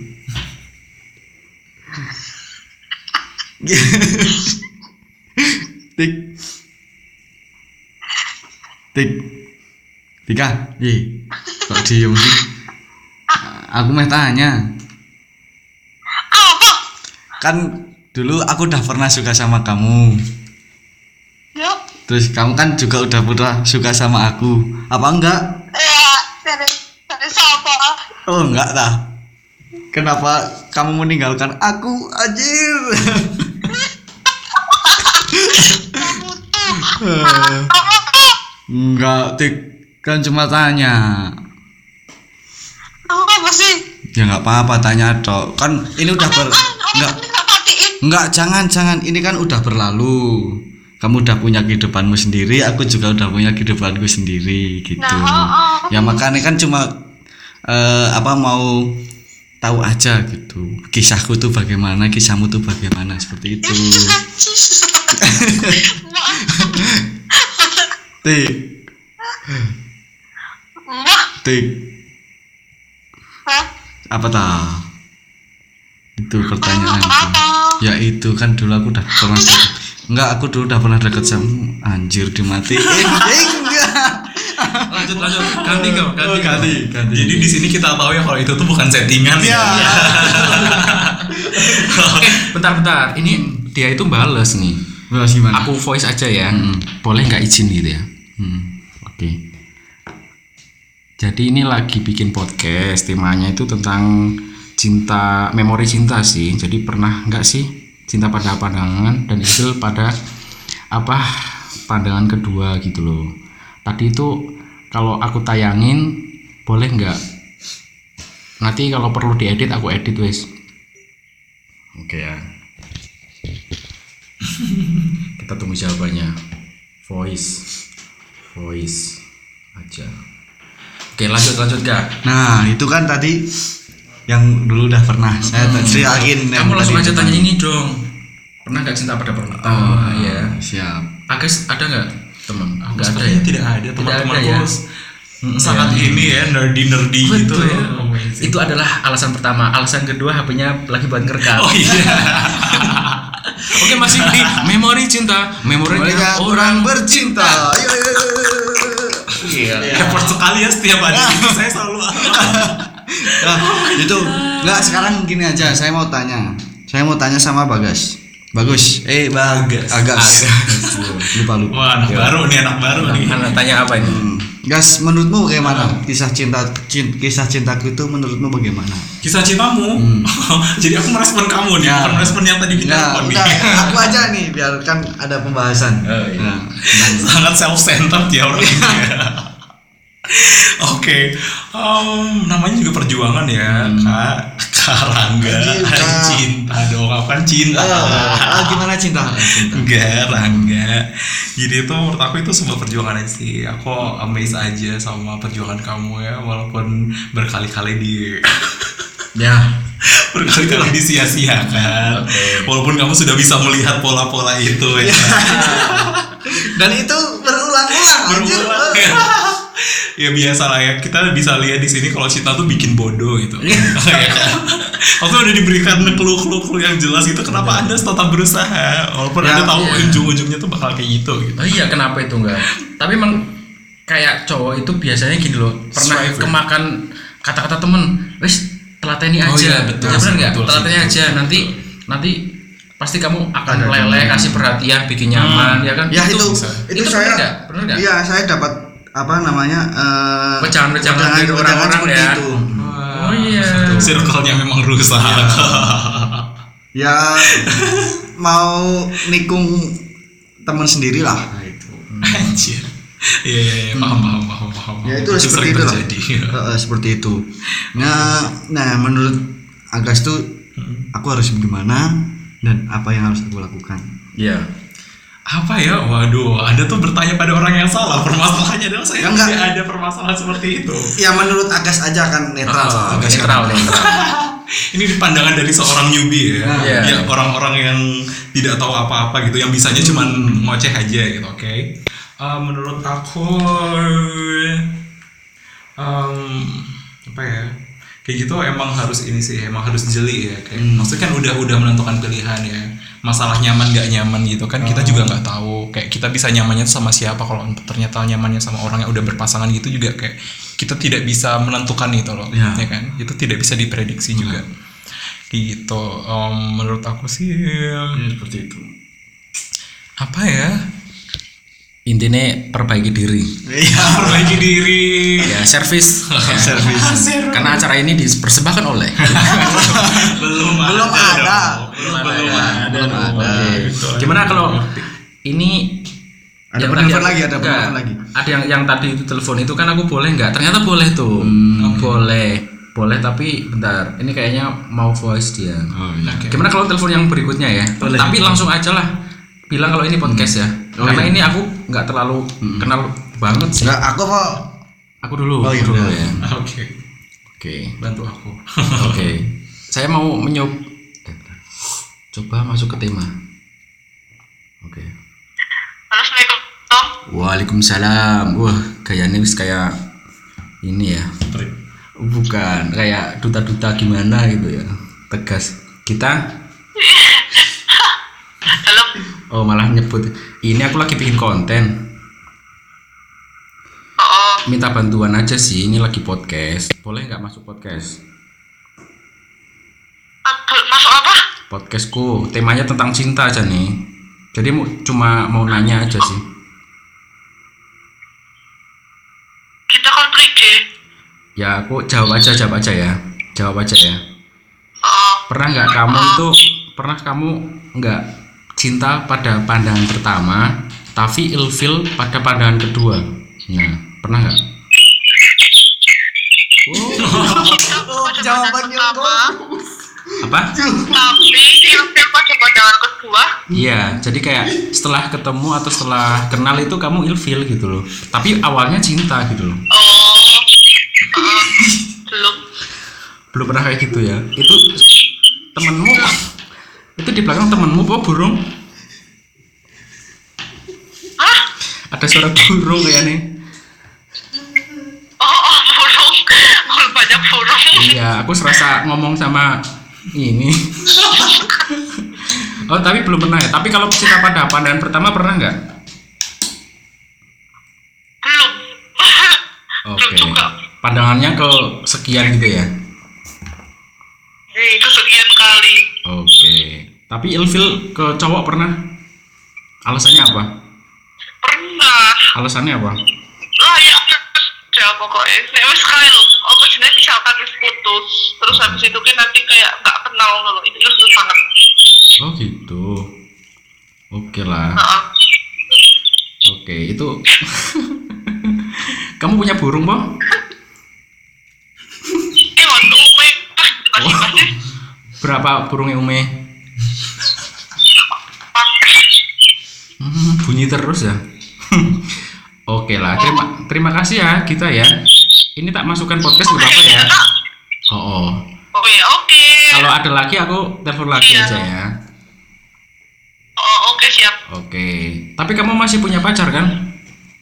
Tik. Tik. Tika, ih, kok diem sih? Aku mau tanya. Apa? Kan dulu aku udah pernah suka sama kamu. Yuk. Terus kamu kan juga udah pernah suka sama aku. Apa enggak? Ya, dari dari siapa? Oh enggak dah. Kenapa kamu meninggalkan aku, anjir? Kamu tuh. Enggak, Tik. Kan cuma tanya. Kamu apa sih? Ya enggak apa-apa, tanya dong. Kan ini udah ber enggak Enggak matiin. enggak jangan jangan ini kan udah berlalu. Kamu udah punya kehidupanmu sendiri, aku juga udah punya kehidupanku sendiri gitu. Nah, oh, oh. Ya makanya kan cuma eh, apa mau tahu aja gitu. Kisahku tuh bagaimana, kisahmu tuh bagaimana seperti itu. Tik, Mbak, tik. Hah? Apa tah? Itu pertanyaan. Apa? Ya itu kan dulu aku udah pernah deket. Enggak, aku dulu udah pernah deket sama anjir dimatiin. Enggak. Lanjut lanjut. Ganti kau. Ganti. Oh, ganti, ganti. Jadi di sini kita tahu ya kalau itu tuh bukan settingan ya. Oke, bentar-bentar. Ini dia itu bales nih. Bahas gimana? Aku voice aja ya. Hmm. Boleh nggak izin gitu ya? Hmm. Oke. Jadi ini lagi bikin podcast. Temanya itu tentang cinta, memori cinta sih. Jadi pernah nggak sih cinta pada pandangan dan itu pada apa pandangan kedua gitu loh. Tadi itu kalau aku tayangin boleh nggak? Nanti kalau perlu diedit aku edit wes. Oke ya. Kita tunggu jawabannya. Voice, voice aja. Oke lanjut lanjut Kak. Nah, itu kan tadi yang dulu udah pernah saya tadi yakin. Kamu langsung aja tanya ini dong. Pernah nggak cinta pada pertama? Oh, iya. Siap. Agus ada nggak teman? Aku Nggak ada sepertinya ya? tidak ada Tidak teman-temanku ada ya? sangat Ya. ini ya nerdy nerdy gitu Betul. ya. Itu adalah alasan pertama. Alasan kedua H P-nya lagi buat ngerekam. Oh iya. Oke, masih di memori cinta, memorinya orang bercinta. Ayo, ayo, ayo. Iya. Effort sekali ya setiap hari. Saya selalu. Nah, itu enggak, sekarang gini aja, saya mau tanya. Saya mau tanya sama Bagas. Bagus. Eh, Bagas. Agas. Lupa lupa. Wah, anak baru nih, anak baru nih. Anak tanya apa ini? Hmm. Gas, menurutmu bagaimana? Kisah cinta cint, kisah cintaku itu menurutmu bagaimana? Kisah cintamu. Hmm. Jadi aku merespon kamu nih, ya. bukan merespon yang tadi kita Nah, nih. aku aja nih, biar kan ada pembahasan. Oh, iya. Nah, Sangat self-centered ya orang ini. Oke, um, namanya juga perjuangan ya, hmm. Kak. Kak Rangga, cinta. cinta dong, apa kan cinta? Uh, uh, gimana cinta? cinta? Enggak, Rangga. Jadi itu menurut aku itu sebuah perjuangan sih. Aku amazed aja sama perjuangan kamu ya, walaupun berkali-kali di ya berkali-kali disia-siakan. Okay. Walaupun kamu sudah bisa melihat pola-pola itu ya. Dan itu berulang-ulang. Berulang. Ya. Ya biasa lah ya, kita bisa lihat di sini kalau cinta tuh bikin bodoh gitu. Ya kan? Waktu udah diberikan clue-clue yang jelas itu, kenapa Anda tetap berusaha walaupun ya, Anda tahu ya. ujung-ujungnya tuh bakal kayak gitu gitu. Oh iya, kenapa itu enggak? Tapi emang kayak cowok itu biasanya gini loh, pernah Strive, kemakan kata-kata temen, wes telateni aja. Oh iya, betul. Ya benar enggak? Telateni aja, nanti nanti pasti kamu akan meleleh, kasih perhatian, bikin nyaman, hmm. ya kan? Ya itu itu, itu, itu saya benar benar enggak? Iya, saya dapat apa namanya uh, pecahan-pecahan dari orang-orang ya. Itu. Oh iya. Circle-nya memang rusak. Ya mau nikung teman sendiri lah. Nah, itu. Anjir. Iya iya iya, paham paham paham paham. Ya itu, itu seperti itu lah. Uh, seperti itu. Nah, nah menurut Agas tuh hmm. aku harus gimana dan apa yang harus aku lakukan? Iya. Apa ya? Waduh, Anda tuh bertanya pada orang yang salah. Permasalahannya adalah saya ya, masih ada permasalahan seperti itu. Ya menurut Agas aja kan netral. Oh, Agas netral, kan. netral. Ini pandangan dari seorang newbie ya. Yeah. Ya orang-orang yang tidak tahu apa-apa gitu, yang bisanya hmm. cuman ngoceh aja gitu, oke. Okay? Uh, menurut aku um, apa ya? Kayak gitu emang harus ini sih, emang harus jeli ya. Kayak hmm. maksudnya kan udah udah menentukan pilihan ya. Masalah nyaman gak nyaman gitu kan, oh. kita juga nggak tahu. Kayak kita bisa nyamannya sama siapa, kalau ternyata nyamannya sama orang yang udah berpasangan gitu juga kayak kita tidak bisa menentukan itu loh, ya, ya kan? Itu tidak bisa diprediksi hmm. juga. Kayak gitu. Um, menurut aku sih ya, seperti itu. Apa ya? Intinya perbaiki diri. Iya, perbaiki diri. Ya, servis. Servis. Karena acara ini dipersembahkan oleh. belum belum ada. Belum ada. Belum ada. Belum ada. Okay. Gimana kalau ini ada penelpon lagi, ada penelpon lagi. Ada yang yang tadi itu telepon itu kan aku boleh nggak? Ternyata boleh tuh. Hmm, okay. Boleh. Boleh tapi bentar. Ini kayaknya mau voice dia. Oh, iya. Okay. Gimana kalau telepon yang berikutnya ya? Boleh. Tapi langsung aja lah. Bilang kalau ini podcast hmm. ya. Oh, karena iya. ini aku nggak terlalu hmm. kenal banget sih. Nggak, aku mau aku dulu. Oh iya dulu ya. Oke. Okay. Oke. Okay. Bantu aku. Oke. Okay. Saya mau menyob. Eh, coba masuk ke tema. Oke. Okay. Halo, Assalamualaikum. Waalaikumsalam. Wah, gayanya wis kayak ini ya. Bukan kayak duta-duta gimana gitu ya. Tegas. Kita. Halo. Oh, malah nyebut. Ini aku lagi bikin konten. Oh. Minta bantuan aja sih. Ini lagi podcast. Boleh nggak masuk podcast? Masuk apa? Podcastku. Temanya tentang cinta aja nih. Jadi mau cuma mau nanya aja sih. Kita kan pergi. Ya aku jawab aja jawab aja ya. Jawab aja ya. Oh. Pernah nggak kamu oh. itu pernah kamu nggak cinta pada pandangan pertama, tapi ilfil pada pandangan kedua? Nah, pernah nggak? Oh, jawabannya bagus. Apa? Tapi ilfil pada pandangan kedua? Iya, jadi kayak setelah ketemu atau setelah kenal itu kamu ilfil gitu loh. Tapi awalnya cinta gitu loh. Oh, uh, belum. Belum pernah kayak gitu ya? Itu temenmu? Itu di belakang temenmu apa burung? Hah? Ada suara burung kayaknya. Oh, oh burung. Oh, banyak burung. Iya, Ya, aku serasa ngomong sama ini. Oh, tapi belum pernah ya. Tapi kalau cinta pada pandangan pertama pernah nggak? Belum. Oke. Belum juga. Pandangannya ke sekian gitu ya. Hmm, itu sekian kali. Oke. Tapi ilfil ke cowok pernah? Alasannya apa? Pernah. Alasannya apa? Lah ya ya pokoknya nek wis kae lho apa jenenge misalkan wis putus terus habis itu kan nanti kayak nggak kenal loh itu itu banget. Oh gitu. Oke lah. Heeh. Oke, itu kamu punya burung, Boh? Ini untuk ume masih masih Berapa burungnya Ume? Hmm, bunyi terus ya. Oke lah, terima terima kasih ya kita ya. Ini tak masukkan podcast nggak apa-apa ya. Oh, oh. Oh ya oke. Kalau ada lagi aku telepon lagi Iya. aja ya. Oh oke siap. Oke. Tapi kamu masih punya pacar kan?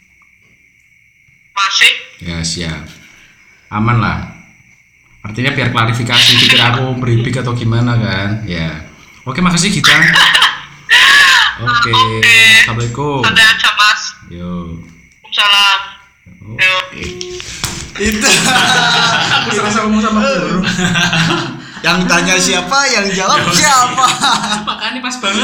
Masih. Ya siap. Aman lah. Artinya biar klarifikasi pikir aku beribik atau gimana kan? Ya. Oke, makasih kita. Oke. Assalamualaikum. Santai aja mas. Yo. Salam. Yo. Itu Aku serasa ngomong sama guru. yang tanya siapa, yang jawab siapa. Makanya pas banget.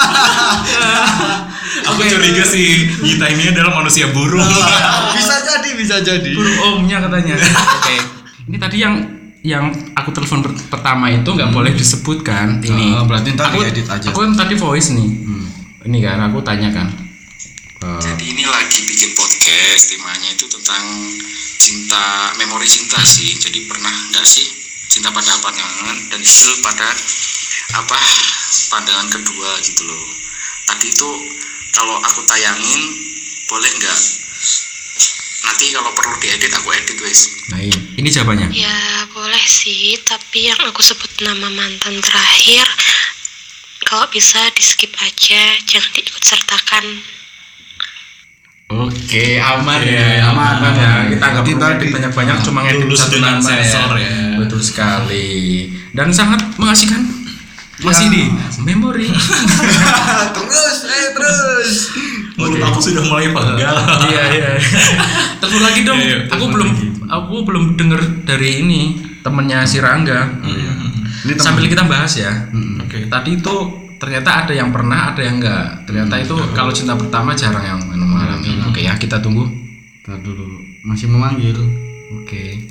Aku curiga sih Gita ini adalah manusia burung. Bisa jadi, bisa jadi. Burung omnya katanya. Oke. Ini tadi yang yang aku telepon per- pertama itu nggak boleh disebutkan. Ini. Oh, berarti ntar aku, diedit aja. Aku kan tadi voice nih. Ini kan aku tanya kan. Uh, Jadi ini lagi bikin podcast, temanya itu tentang cinta, memori cinta sih. Jadi pernah nggak sih cinta pada pandangan dan still pada apa pandangan kedua gitu loh. Tadi itu kalau aku tayangin boleh nggak? Nanti kalau perlu diedit aku edit wes. nah ini, ini jawabannya. Ya boleh sih, tapi yang aku sebut nama mantan terakhir kalau bisa di skip aja, jangan diikut sertakan. Oke, aman Oke, ya, aman, aman. ya. Kita nggak Berarti perlu tadi- edit banyak-banyak, cuma ngedit Lulus satu dengan nama sensor ya. Betul sekali. Dan sangat mengasihkan. Masih di memori. terus, eh terus. Menurut aku sudah mulai pegal. Iya iya. Telepon lagi dong. Iya, iya, aku telepon belum, lagi. aku belum denger dari ini temennya si Rangga. Ini temen- Sambil kita bahas ya. Oke. Tadi itu ternyata ada yang pernah, ada yang enggak. Ternyata itu kalau cinta pertama jarang yang mengalami. Oke ya, kita tunggu. Ntar dulu, masih memanggil. Oke.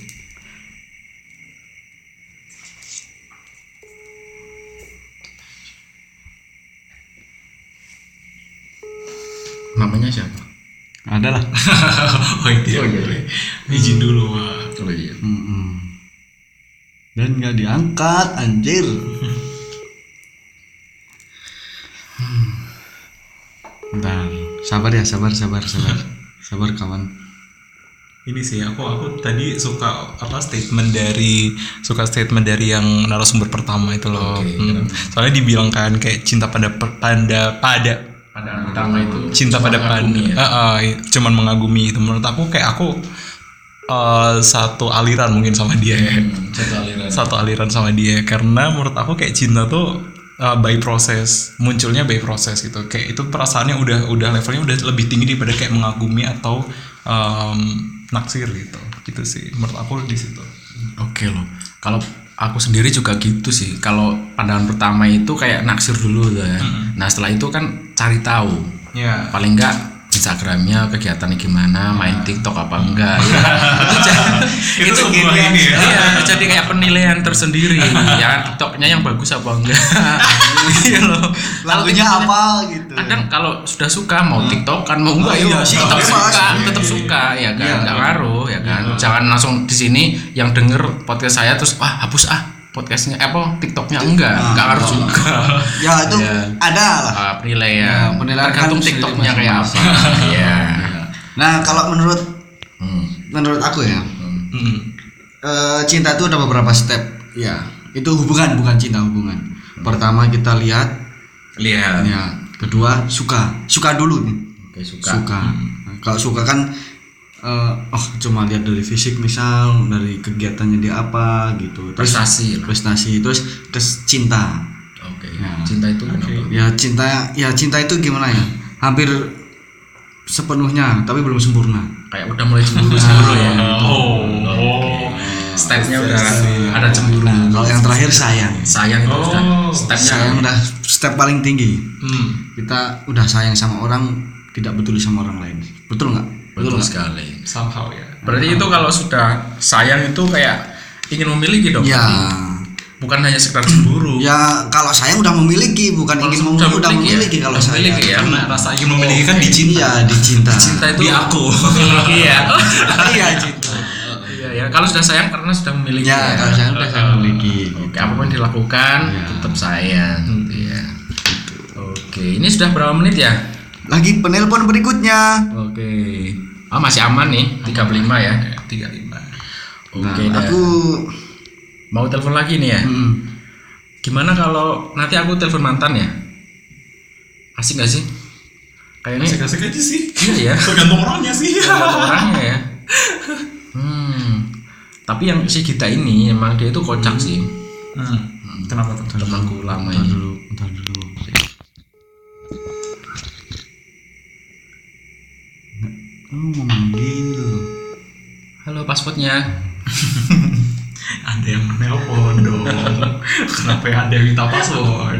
Namanya siapa? Ada lah. Oh iya. Oh, iya. Izin dulu, Wak. Oh iya. Mm-mm. Dan nggak diangkat, anjir. Bentar, sabar ya, sabar, sabar, sabar, sabar kawan. Ini sih aku aku tadi suka apa statement dari suka statement dari yang narasumber pertama itu loh. Oke, Hmm. Soalnya dibilang kan kayak cinta pada pada pada Pandangan pertama itu cinta pada mengagumi pada ya? cuman mengagumi itu menurut aku kayak aku eh, satu aliran mungkin sama dia ya. Satu aliran. Satu aliran sama dia karena menurut aku kayak cinta tuh uh, by proses munculnya by proses gitu kayak itu perasaannya udah udah levelnya udah lebih tinggi daripada kayak mengagumi atau um, naksir gitu gitu sih menurut aku di situ. Oke loh. Kalau aku sendiri juga gitu sih. Kalau pandangan pertama itu kayak naksir dulu tuh ya. Nah setelah itu kan cari tahu. Ya. Paling enggak Instagramnya kegiatannya gimana, main TikTok apa enggak ya. Itu sebuah kayak- ini ya. Iya, jadi kayak penilaian tersendiri. Ya TikToknya yang bagus apa enggak. Iya loh. Lagunya apa gitu. Kadang kalau sudah suka mau TikTok kan mau enggak Oh, iya, ya sih, tetap bebas. suka, Iya, tetap iya, suka ya kan, Iya. enggak ngaruh ya kan. Jangan langsung di sini yang denger podcast saya terus wah hapus ah podcastnya eh, apa TikToknya enggak, Ah, enggak harus oh. juga. Ya itu Iya. ada lah. Ah, penilaian, Ya, penilaian tergantung kan TikToknya sendiri kayak apa. Iya. Nah kalau menurut Hmm. menurut aku ya, Mm-mm. eh, cinta itu ada beberapa step. Ya, itu hubungan bukan cinta hubungan. Pertama kita lihat, Lihat. ya. Kedua suka, suka dulu nih. Oke, suka. Suka. Nah, kalau suka kan uh, oh cuma lihat dari fisik misal, dari kegiatannya dia apa gitu, terus Prestasi lah. prestasi terus ke cinta. Oke. Ya. Cinta itu kenapa? Ya cinta, ya cinta itu gimana ya? Hampir sepenuhnya, tapi belum sempurna. Kayak udah mulai cemburu cemburu ya. Oh. Stepnya udah ada cemburu. Nah, kalau yang terakhir sayang. Sayang itu Oh. sudah stepnya. Sayang udah step paling tinggi. Hmm. Kita udah sayang sama orang, tidak peduli sama orang lain. Betul nggak? Betul nggak? sekali. Somehow ya. Berarti itu kalau sudah sayang itu kayak ingin memiliki dong. Ya. berarti. Bukan hanya sekedar cemburu. Ya kalau sayang udah memiliki, bukan Kalau ingin sudah memiliki, udah memiliki ya? memiliki kalau Udah sayang. memiliki ya? Karena rasa ingin memiliki kan dicinta. Iya, dicinta. Cinta itu Di aku. memiliki ya. Iya, cinta. Iya ya. Kalau sudah sayang karena sudah memiliki. Ya, kalau sayang udah saya memiliki. Oke, apapun dilakukan Ya. tetap sayang. Gitu ya. Oke, ini sudah berapa menit ya? Lagi penelpon berikutnya. Oke. Oh, masih aman nih, tiga puluh lima ya. tiga puluh lima. Oke, Nah, dah. aku Mau telepon lagi nih ya. mm, Gimana kalau nanti aku telepon mantan ya? Asik gak sih? Kayaknya Asik-asik aja sih. iya ya. Tergantung orangnya sih. Tergantung orangnya ya. Hmm. Tapi yang si Gita ini emang dia itu kocak sih. Hmm. Kenapa tuh? Temanku lama Bentar ini. dulu, bentar dulu. Oh, mau manggil. Halo, pasportnya. Ada yang menelpon dong. Kenapa ya ada yang minta password?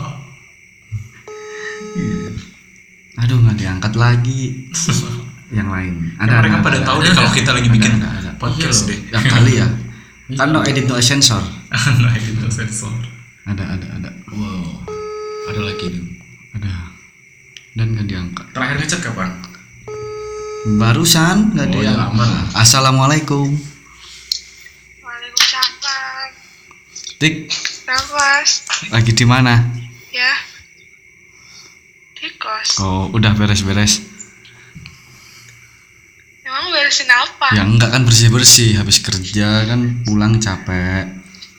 Aduh, nggak diangkat lagi. Yang lain. Ada. Ya, mereka ada, pada ada, tahu ada, deh ada, kalau kita lagi ada, bikin ada, ada. podcast Iya deh. Ya kali ya. Kan no edit no sensor. Nah itu sensor. Ada, ada, ada. Wow. Ada lagi nih. Ada. Dan nggak diangkat. Terakhir ngechat kapan? Barusan nggak Oh, diangkat. ya aman. Assalamualaikum. Waalaikumsalam. Tik, Nafas. lagi di mana? Ya. Di kos. Oh, udah beres-beres. Emang beresin apa? Ya enggak kan bersih-bersih, habis kerja kan pulang capek.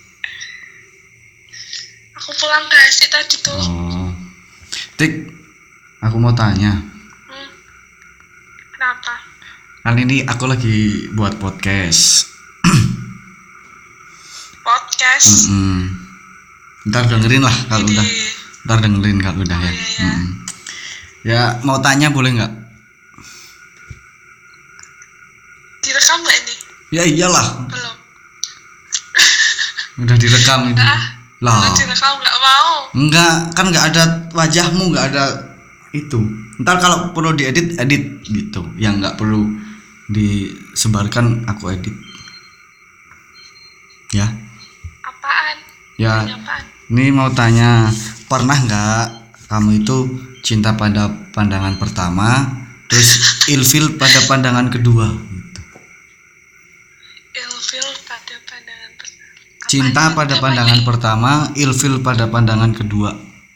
Aku pulang kasih tadi tuh. Oh. Tik, aku mau tanya. Hmm. Kenapa? Kan ini aku lagi buat podcast. Podcast. Mm-mm. Ntar dengerin lah kalau Jadi, udah. Ntar dengerin kalau udah ya. iya, iya. Mm-mm. Ya mau tanya boleh nggak? direkam nggak ini? Ya iyalah, Belum. udah direkam ini. Nggak. Lah, Nggak direkam nggak mau. enggak kan nggak ada wajahmu, nggak ada itu. Ntar kalau perlu diedit edit gitu. Yang nggak perlu disebarkan aku edit. Ya. Apaan? Ya. Ini apaan? Ini mau tanya, pernah nggak kamu itu cinta pada pandangan pertama, terus ilfil pada pandangan kedua? Gitu. Ilfil pada pandangan pertama. Cinta Apaan pada itu pandangan namanya? pertama, ilfil pada pandangan kedua.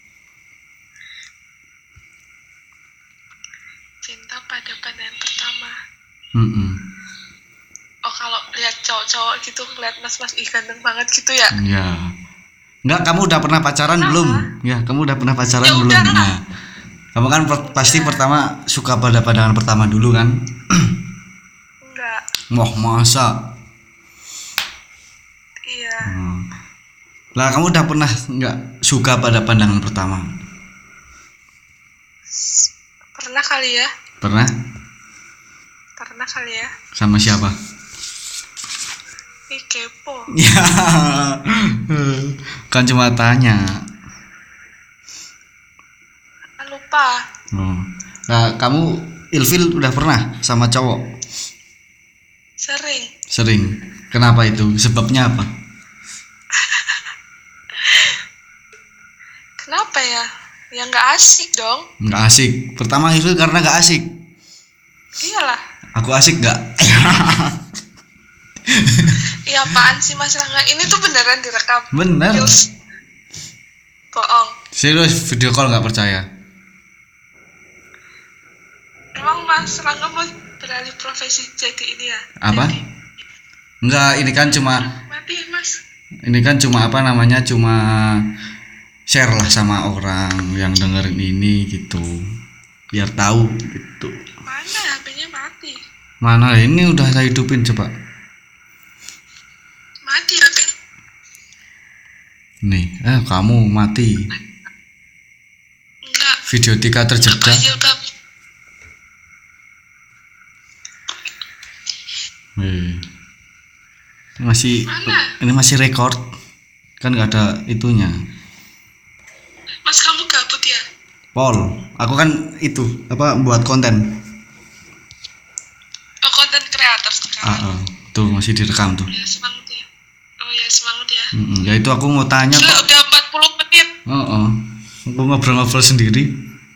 Cinta pada pandangan pertama. Mm-mm. Oh kalau lihat cowok-cowok gitu ngeliat mas-mas ih ganteng banget gitu ya? Ya. Enggak, kamu udah pernah pacaran Kenapa? belum? Ya, kamu udah pernah pacaran Ya belum? udah. Nah, kamu kan per- pasti pertama suka pada pandangan pertama dulu kan? Enggak. Wah, masa? Iya. Hmm. Lah, kamu udah pernah nggak suka pada pandangan pertama? Pernah kali ya? Pernah? Pernah kali ya? Sama siapa? Ih kepo. Ya, kan cuma tanya. Ah, lupa. Oh. Nah, kamu ilfil udah pernah sama cowok? Sering. Sering. Kenapa itu? Sebabnya apa? Kenapa ya? Ya nggak asik dong. Nggak asik. Pertama ilfil karena nggak asik. Iyalah. Aku asik nggak? Iya apaan sih Mas Rangga? Ini tuh beneran direkam. Bener. Reels. Bohong. Serius, video call nggak percaya? Emang Mas Rangga mau beralih profesi jadi ini ya? Apa? Jadi, Enggak, ini kan cuma mati Mas. ini kan cuma apa namanya? Cuma share lah sama orang yang dengerin ini gitu. Biar tahu gitu. Mana H P-nya mati? Mana ini udah saya hidupin coba. Mati H P. Nih, eh kamu mati. Enggak. Videotika terjebak. Jilbab. Eh. Ini masih Mana? ini masih record. Kan nggak ada itunya. Mas kamu gabut ya? Pol, aku kan itu apa buat konten. Oh konten kreator Ah, sekarang. ah. Tuh masih direkam tuh. Ya semangat ya. Oh ya semangat ya. Mm-mm. Ya itu aku mau tanya Sudah kok. udah empat puluh menit. Oh, oh. Aku ngobrol-ngobrol sendiri.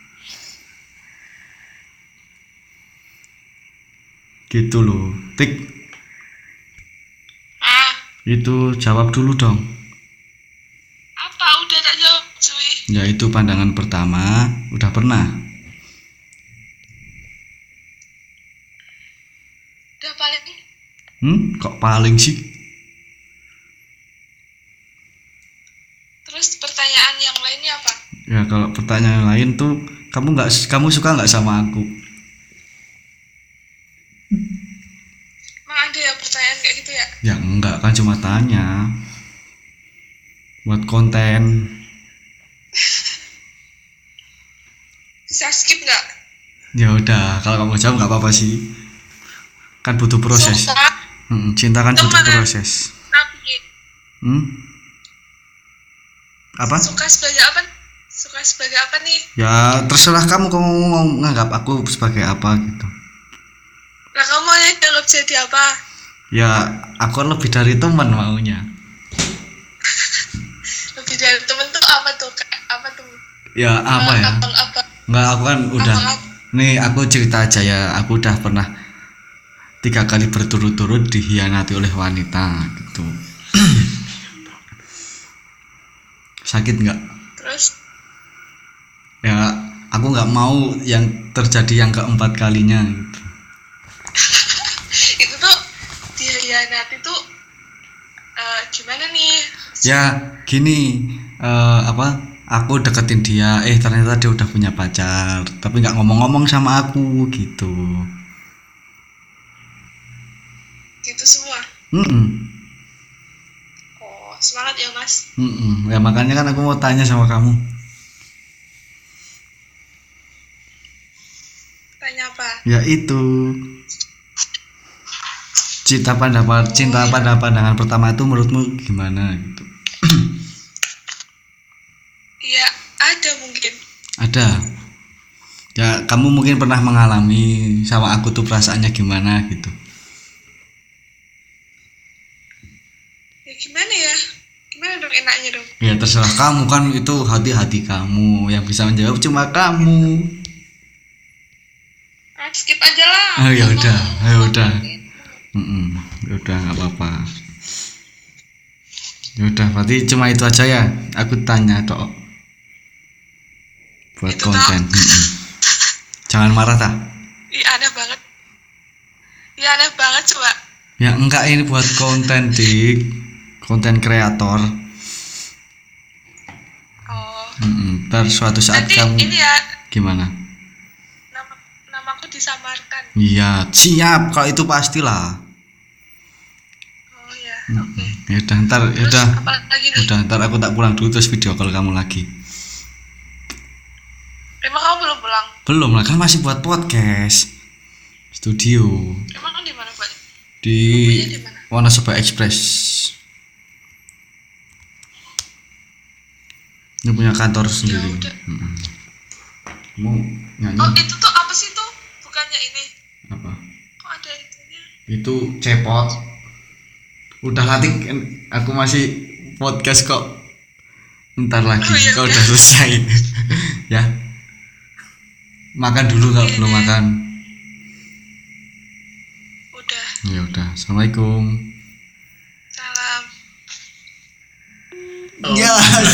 Gitu loh. Tik, Ah, itu jawab dulu dong. apa udah tak jawab cuy? Ya itu pandangan pertama udah pernah. Udah paling Hmm, kok paling sih? terus pertanyaan yang lainnya apa? Ya kalau pertanyaan lain tuh kamu nggak kamu suka nggak sama aku? Emang ada ya pertanyaan kayak gitu ya? Ya enggak kan cuma tanya buat konten. Bisa skip nggak? Ya udah kalau kamu jawab nggak apa-apa sih. Kan butuh proses. Suka Mm, cinta kan butuh Teman. proses. tapi Hmm? Apa? suka sebagai apa? Suka sebagai apa nih? Ya terserah kamu kamu mau nganggap aku sebagai apa gitu. Lah kamu maunya dianggap jadi apa? Ya aku lebih dari teman maunya. Lebih dari temen tuh apa tuh? Kayak apa tuh? Ya apa ya? Abang apa? Nggak aku kan udah. Abang apa? Nih aku cerita aja ya. Aku udah pernah tiga kali berturut-turut dihianati oleh wanita gitu. Sakit nggak? Terus Ya aku nggak mau yang terjadi yang keempat kalinya gitu. itu tuh dihianati tuh eh, gimana nih? Ya gini eh, apa? Aku deketin dia, eh ternyata dia udah punya pacar, tapi nggak ngomong-ngomong sama aku gitu. Gitu semua. Mm-mm. Oh semangat ya mas. Mm-mm. Ya makanya kan aku mau tanya sama kamu. Tanya apa? Ya itu. Cinta pada cinta pada pandangan pertama itu menurutmu gimana gitu? Ya ada mungkin. Ada. Ya kamu mungkin pernah mengalami sama aku tuh perasaannya gimana gitu. Ya gimana ya? Gimana dong enaknya dong? Ya terserah kamu kan itu hati-hati kamu yang bisa menjawab cuma kamu. Ah, skip aja lah. Oh ya Nggak udah, mau. ya udah. Mm-mm. Ya udah nggak apa-apa. Ya udah berarti cuma itu aja ya. Aku tanya dok. Buat Itu konten. Mm-mm. Jangan marah tak? Ih aneh banget. Ya aneh banget coba. Ya enggak ini buat konten dik. Konten kreator. Oh. Mm-mm. Ntar suatu saat Nanti kamu ini ya gimana? nama namaku disamarkan. Iya siap kalau itu pastilah. Oh ya. Mm-mm. Ya udah ntar ya Terus udah. apa lagi nih? Udah ntar aku tak pulang dulu terus video call kamu lagi. Emang kamu belum pulang? Belum lah kan masih buat podcast studio Emang kamu di mana Pak? di Rumahnya di mana? Wonosobo Express. Ini punya kantor sendiri. udah. Mm-mm. Mau nyanyi Oh itu tuh apa sih tuh? Bukannya ini? apa? Kok ada itunya? Itu cepot. Udah latih aku masih podcast kok. Ntar lagi Oh, iya, kau udah. udah selesai. Ya. Makan dulu kalau Oke, belum deh. makan. Udah. Ya udah. Assalamualaikum. Salam. Ya,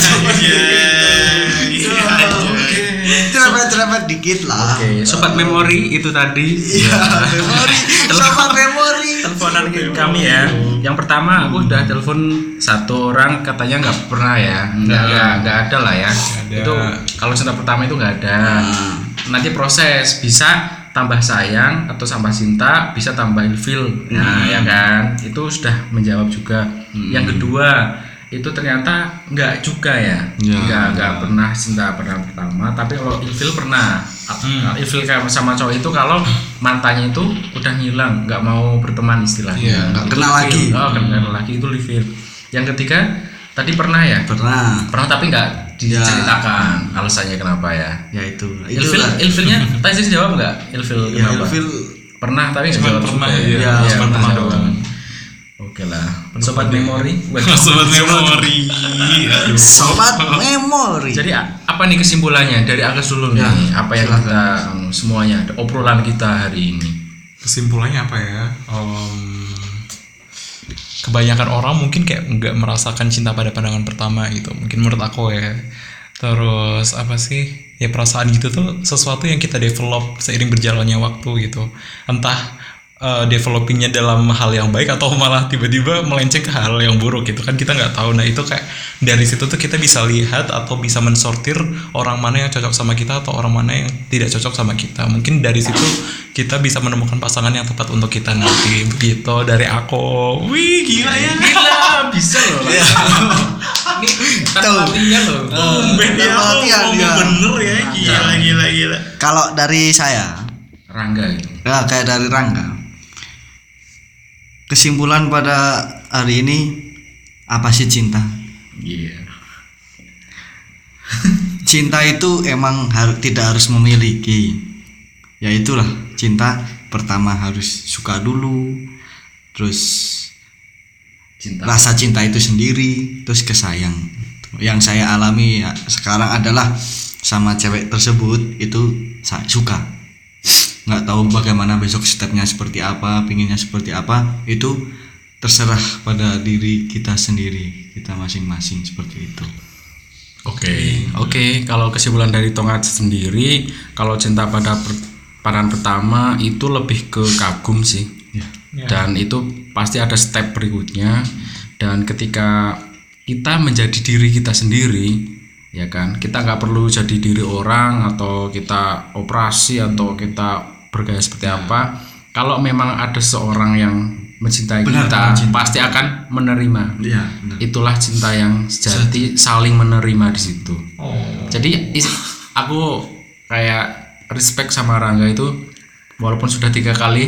cerewet-cerewet dikit lah. Oke, sobat memori itu tadi. Iya, memori, sobat memori. Teleponan kami ya. Yang pertama aku udah telepon satu orang katanya nggak pernah ya, nggak nggak nggak ada lah ya. ada. Itu kalau cinta pertama itu nggak ada. Nanti proses bisa tambah sayang atau tambah cinta bisa tambah ilfil. Nah, ya kan? Itu sudah menjawab juga. Hmm. Yang kedua, itu ternyata enggak juga ya. ya enggak enggak ya. Pernah cinta pada pertama, tapi kalau ilfil pernah. Hmm. Ilfil sama cowok itu kalau mantannya itu udah ngilang, enggak mau berteman istilahnya. Enggak ya, kenal lagi. Oh, kenal lagi itu ilfil. Yang ketiga, tadi pernah ya? Pernah. Pernah tapi enggak diceritakan ya. Alasannya kenapa ya? Ya itu. Ilfil, ilfilnya tadi saya jawab enggak? Ilfil ya, kenapa? Ilfil pernah tapi enggak jawab. Pernah ya. Ya, ya, ya pernah doang. Oke lah. Sobat memori. Sobat memori. Sobat memori. Jadi apa nih kesimpulannya dari Agus dulu ya, nih? Apa yang kita um, semuanya obrolan kita hari ini? Kesimpulannya apa ya? Um, kebanyakan orang mungkin kayak nggak merasakan cinta pada pandangan pertama gitu, mungkin menurut aku ya. Terus apa sih ya, perasaan gitu tuh sesuatu yang kita develop seiring berjalannya waktu gitu, entah uh, developingnya dalam hal yang baik atau malah tiba-tiba melenceng ke hal yang buruk gitu kan, kita nggak tahu. Nah itu kayak dari situ tuh kita bisa lihat atau bisa mensortir orang mana yang cocok sama kita atau orang mana yang tidak cocok sama kita. Mungkin dari situ kita bisa menemukan pasangan yang tepat untuk kita nanti. Begitu dari aku. Wih gila ya. Gila bisa loh. Ya. Ini tanpa latihan loh. Tumben ya, latihan ya. Bener ya. Gila gila gila. Kalau dari saya Rangga gitu. Ya kayak dari Rangga. Kesimpulan pada hari ini apa sih cinta? Iya. Yeah. Cinta itu emang harus tidak harus memiliki. Ya itulah cinta, pertama harus suka dulu, terus cinta. Rasa cinta itu sendiri, terus kesayang. Yang saya alami ya, sekarang adalah sama cewek tersebut itu saya suka. Nggak tahu bagaimana besok stepnya seperti apa, pinginnya seperti apa, itu terserah pada diri kita sendiri, kita masing-masing seperti itu. Oke, okay. oke. Okay. Kalau kesimpulan dari Tongat sendiri, kalau cinta pada per- pandangan pertama itu lebih ke kagum sih, yeah. Yeah. Dan itu pasti ada step berikutnya. Dan ketika kita menjadi diri kita sendiri, ya kan, kita nggak perlu jadi diri orang atau kita operasi atau kita bergaya seperti apa. Kalau memang ada seorang yang mencintai benar, kita mencintai. Pasti akan menerima ya, itulah cinta yang sejati, saling menerima di situ. Oh. Jadi aku kayak respect sama Rangga itu walaupun sudah tiga kali.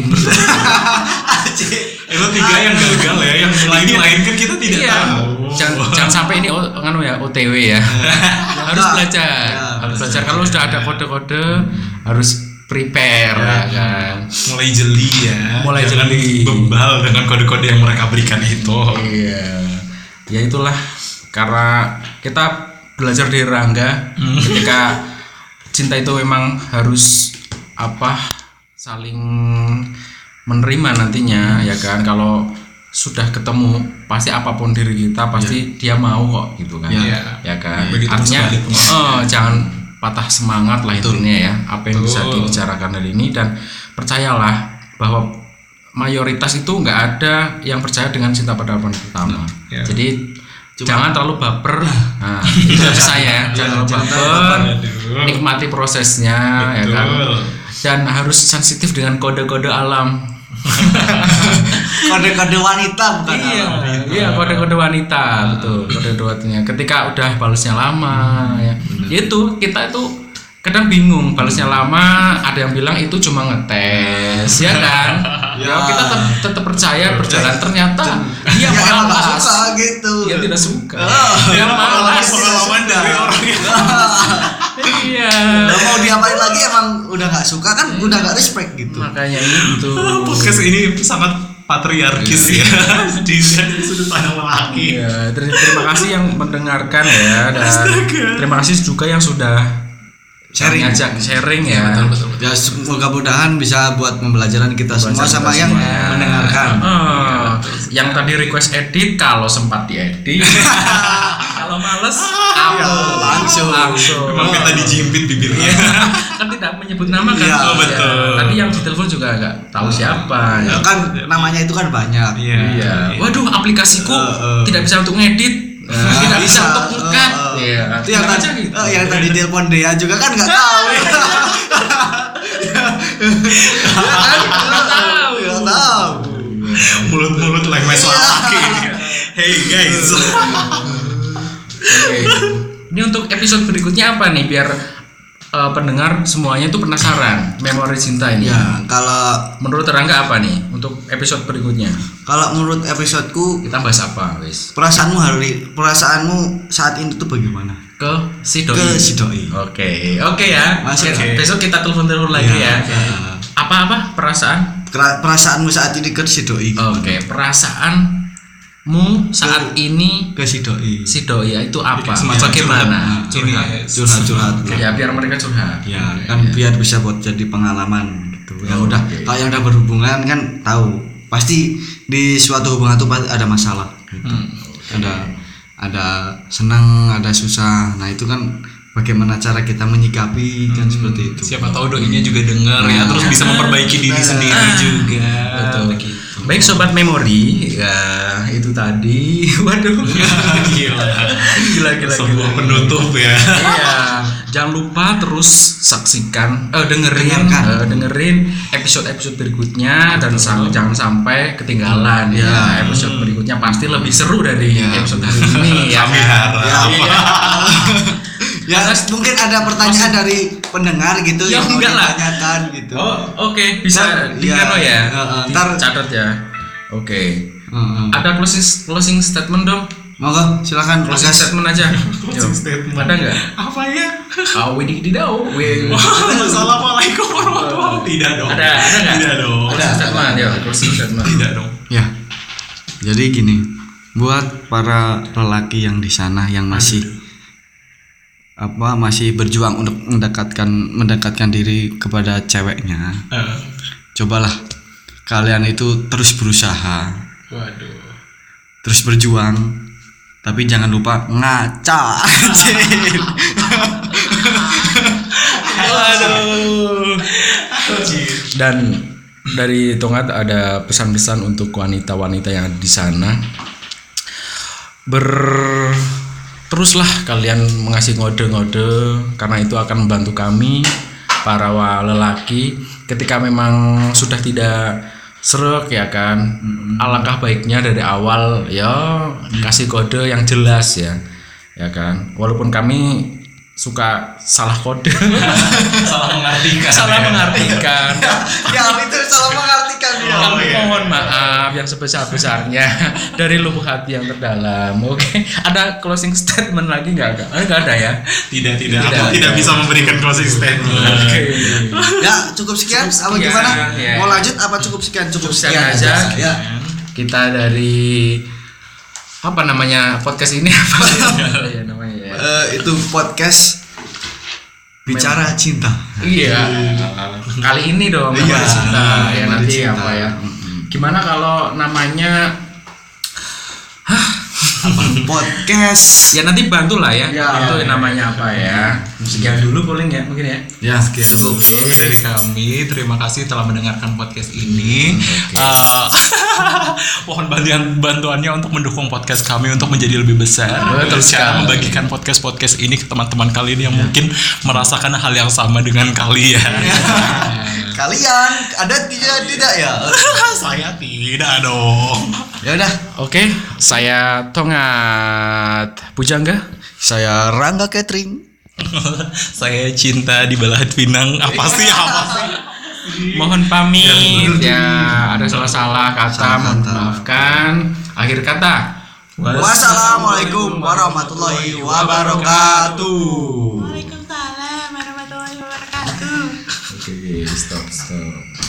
Itu tiga yang gagal ya, yang lain lain kan kita tidak iya. tahu. Jangan, jangan sampai ini nganu ya O T W ya. Harus belajar, ya, harus belajar. Kalau sudah ada kode-kode harus prepare ya, ya kan. Mulai jeli ya. Mulai jangan jeli. Bebal dengan kode-kode yang mereka berikan itu. Iya. Ya itulah karena kita belajar dari Rangga hmm. ketika cinta itu memang harus apa saling menerima nantinya ya kan. Kalau sudah ketemu pasti apapun diri kita pasti ya. Dia mau kok gitu kan ya, ya kan. Begitu artinya oh, jangan patah semangat lah intinya ya apa yang bisa dibicarakan hari ini. Dan percayalah bahwa mayoritas itu nggak ada yang percaya dengan cinta pada pandangan pertama ya. Jadi cuma, jangan terlalu baper. Nah, itu dari saya ya, jangan terlalu baper, nikmati prosesnya. Betul. Ya kan. Dan harus sensitif dengan kode-kode alam. Kode-kode wanita bukan iya, alam. Iya, kode-kode wanita, nah. Betul. Kode-kode wanitanya. Ketika udah balasnya lama hmm. ya. Itu kita itu kadang bingung balasnya lama, ada yang bilang itu cuma ngetes, ya kan? Ya, kita tetap, tetap percaya berjalan ternyata dia ya, malas, suka gitu. Dia tidak suka, oh, dia malas. Pengalaman dari orangnya. Iya. Udah mau diapain lagi emang udah nggak suka kan, hmm. udah nggak respect gitu. Makanya itu. Podcast ini sangat patriarkis ya, di sudut pandang lelaki. Ya, terima kasih yang mendengarkan ya, dan terima kasih juga yang sudah sharing ajak sharing ya, ya, betul, betul. Ya semoga mudahan bisa buat pembelajaran kita semua sama yang ya. Mendengarkan. Oh, ya, yang tadi request edit kalau sempat diedit, kalau males ya, langsung langsung. Memang kita dijimpit bibirnya. Kan tidak menyebut nama kan. Ya, oh, betul. Ya. Tadi yang di telepon juga nggak tahu siapa. Ya, kan namanya itu kan banyak. Iya. Ya. Waduh, aplikasiku uh, uh. tidak bisa untuk ngedit. Nah, tidak bisa untuk ngekat. Uh, uh. Iya. Itu yang tadi, gitu. uh, yang tadi telepon dia juga kan nggak tahu. Hey guys. Oke. Ini untuk episode berikutnya apa nih biar uh, pendengar semuanya tuh penasaran memori cinta ini. Ya, kalau menurut Rangga apa nih untuk episode berikutnya? kalau menurut episodeku, Kita bahas apa, wis? perasaanmu hari perasaanmu saat ini tuh bagaimana? Ke si doi. Ke si doi. Oke, oke ya. Masuk. Oke. Besok kita telepon-telepon lagi ya. Ya. Apa-apa perasaan? Kera- Perasaanmu saat ini ke si doi. Oke, perasaanmu saat ini Ke si doi. si doi itu apa? Semacam Bagaimana? curhat. Ini ya, Curhat-curhat. Ya biar mereka curhat. Ya, kan biar bisa buat jadi pengalaman gitu. Yang udah Oke. kalau yang udah berhubungan kan tahu. Pasti di suatu hubungan tuh pasti ada masalah gitu. Ada ada senang, ada susah. Nah, itu kan bagaimana cara kita menyikapi kan seperti itu. Siapa tahu doinya juga dengar ya, terus bisa memperbaiki diri sendiri juga. Betul. Begitu. Baik sobat memori, ya itu tadi. Waduh. Gila. Gila gila Sebuah gila. penutup ya. Iya, jangan lupa terus saksikan, eh, dengerin, Dengarkan. eh, dengerin episode-episode berikutnya dan sam- jangan sampai ketinggalan ya. Ya. Episode berikutnya pasti lebih seru dari Ya. episode hari ini ya. Kami kan? harap. Ya, Iya. ya mungkin ada pertanyaan dari pendengar gitu Ya, yang mau enggak lah. ditanyakan gitu. Oh, oke, bisa Ntar, di ya, ano ya. heeh, ntar- Dicatat ya. Oke. Heeh. Ada closing closing statement dong. Monggo silakan Closing Bagas. statement aja. Closing Yo, statement. Ada nggak? Apa ya? Ah, we di dau. We. Assalamualaikum warahmatullahi wabarakatuh. Tidak dong. Ada, ada nggak? Tidak dong. Closing statement, yo, closing statement. Tidak dong. Ya. Jadi gini, buat para lelaki yang di sana yang masih apa masih berjuang untuk mendekatkan mendekatkan diri kepada ceweknya, Eh, cobalah kalian itu terus berusaha, waduh. terus berjuang, tapi jangan lupa ngaca. Waduh. Dan dari Tongat ada pesan-pesan untuk wanita-wanita yang ada di sana. Ber teruslah kalian mengasih ngode-ngode karena itu akan membantu kami para wa- lelaki ketika memang sudah tidak srek ya kan. Alangkah baiknya dari awal ya kasih kode yang jelas ya. Ya kan. Walaupun kami suka salah kode. Salah mengartikan. salah ya. mengartikan. Ya itu salah mengartikan dia. Oh, Kami iya. mohon maaf yang sebesar-besarnya dari lubuk hati yang terdalam. Oke, ada closing statement lagi nggak? Nggak, nggak ada ya. Tidak, tidak. Tidak. Aku tidak bisa memberikan closing statement. Oke. Ya cukup sekian. Apa sekian, gimana? ya. Mau lanjut apa cukup sekian? Cukup, Cukup sekian aja. Ya. Kita dari apa namanya podcast ini apa ya namanya ya? Eh, itu podcast bicara cinta. Iya. Kali ini dong Iya, memori cinta ya memori nanti cinta. apa ya? Gimana kalau namanya Podcast. ya nanti bantulah ya. Ya. Itu namanya apa ya? Sekian dulu paling ya mungkin ya. Ya, cukup. Oke, dari kami terima kasih telah mendengarkan podcast ini. Eh, mohon bantuan bantuannya untuk mendukung podcast kami untuk menjadi lebih besar. Betul Terus cara sekali. membagikan podcast podcast ini ke teman-teman kalian yang mungkin merasakan hal yang sama dengan kalian. Kalian ada tidak tidak ya? Saya tidak dong. Ya udah. Oke, saya Tongat Pujangga. Saya Rangga Catering. Saya cinta di Balahat Pinang. Apa sih? Apa sih? Mohon pamit ya, ada salah-salah kata, Salah mohon kata. maafkan. Akhir kata. Wassalamualaikum warahmatullahi wabarakatuh. Waalaikumsalam warahmatullahi wabarakatuh. Oke, stop, stop.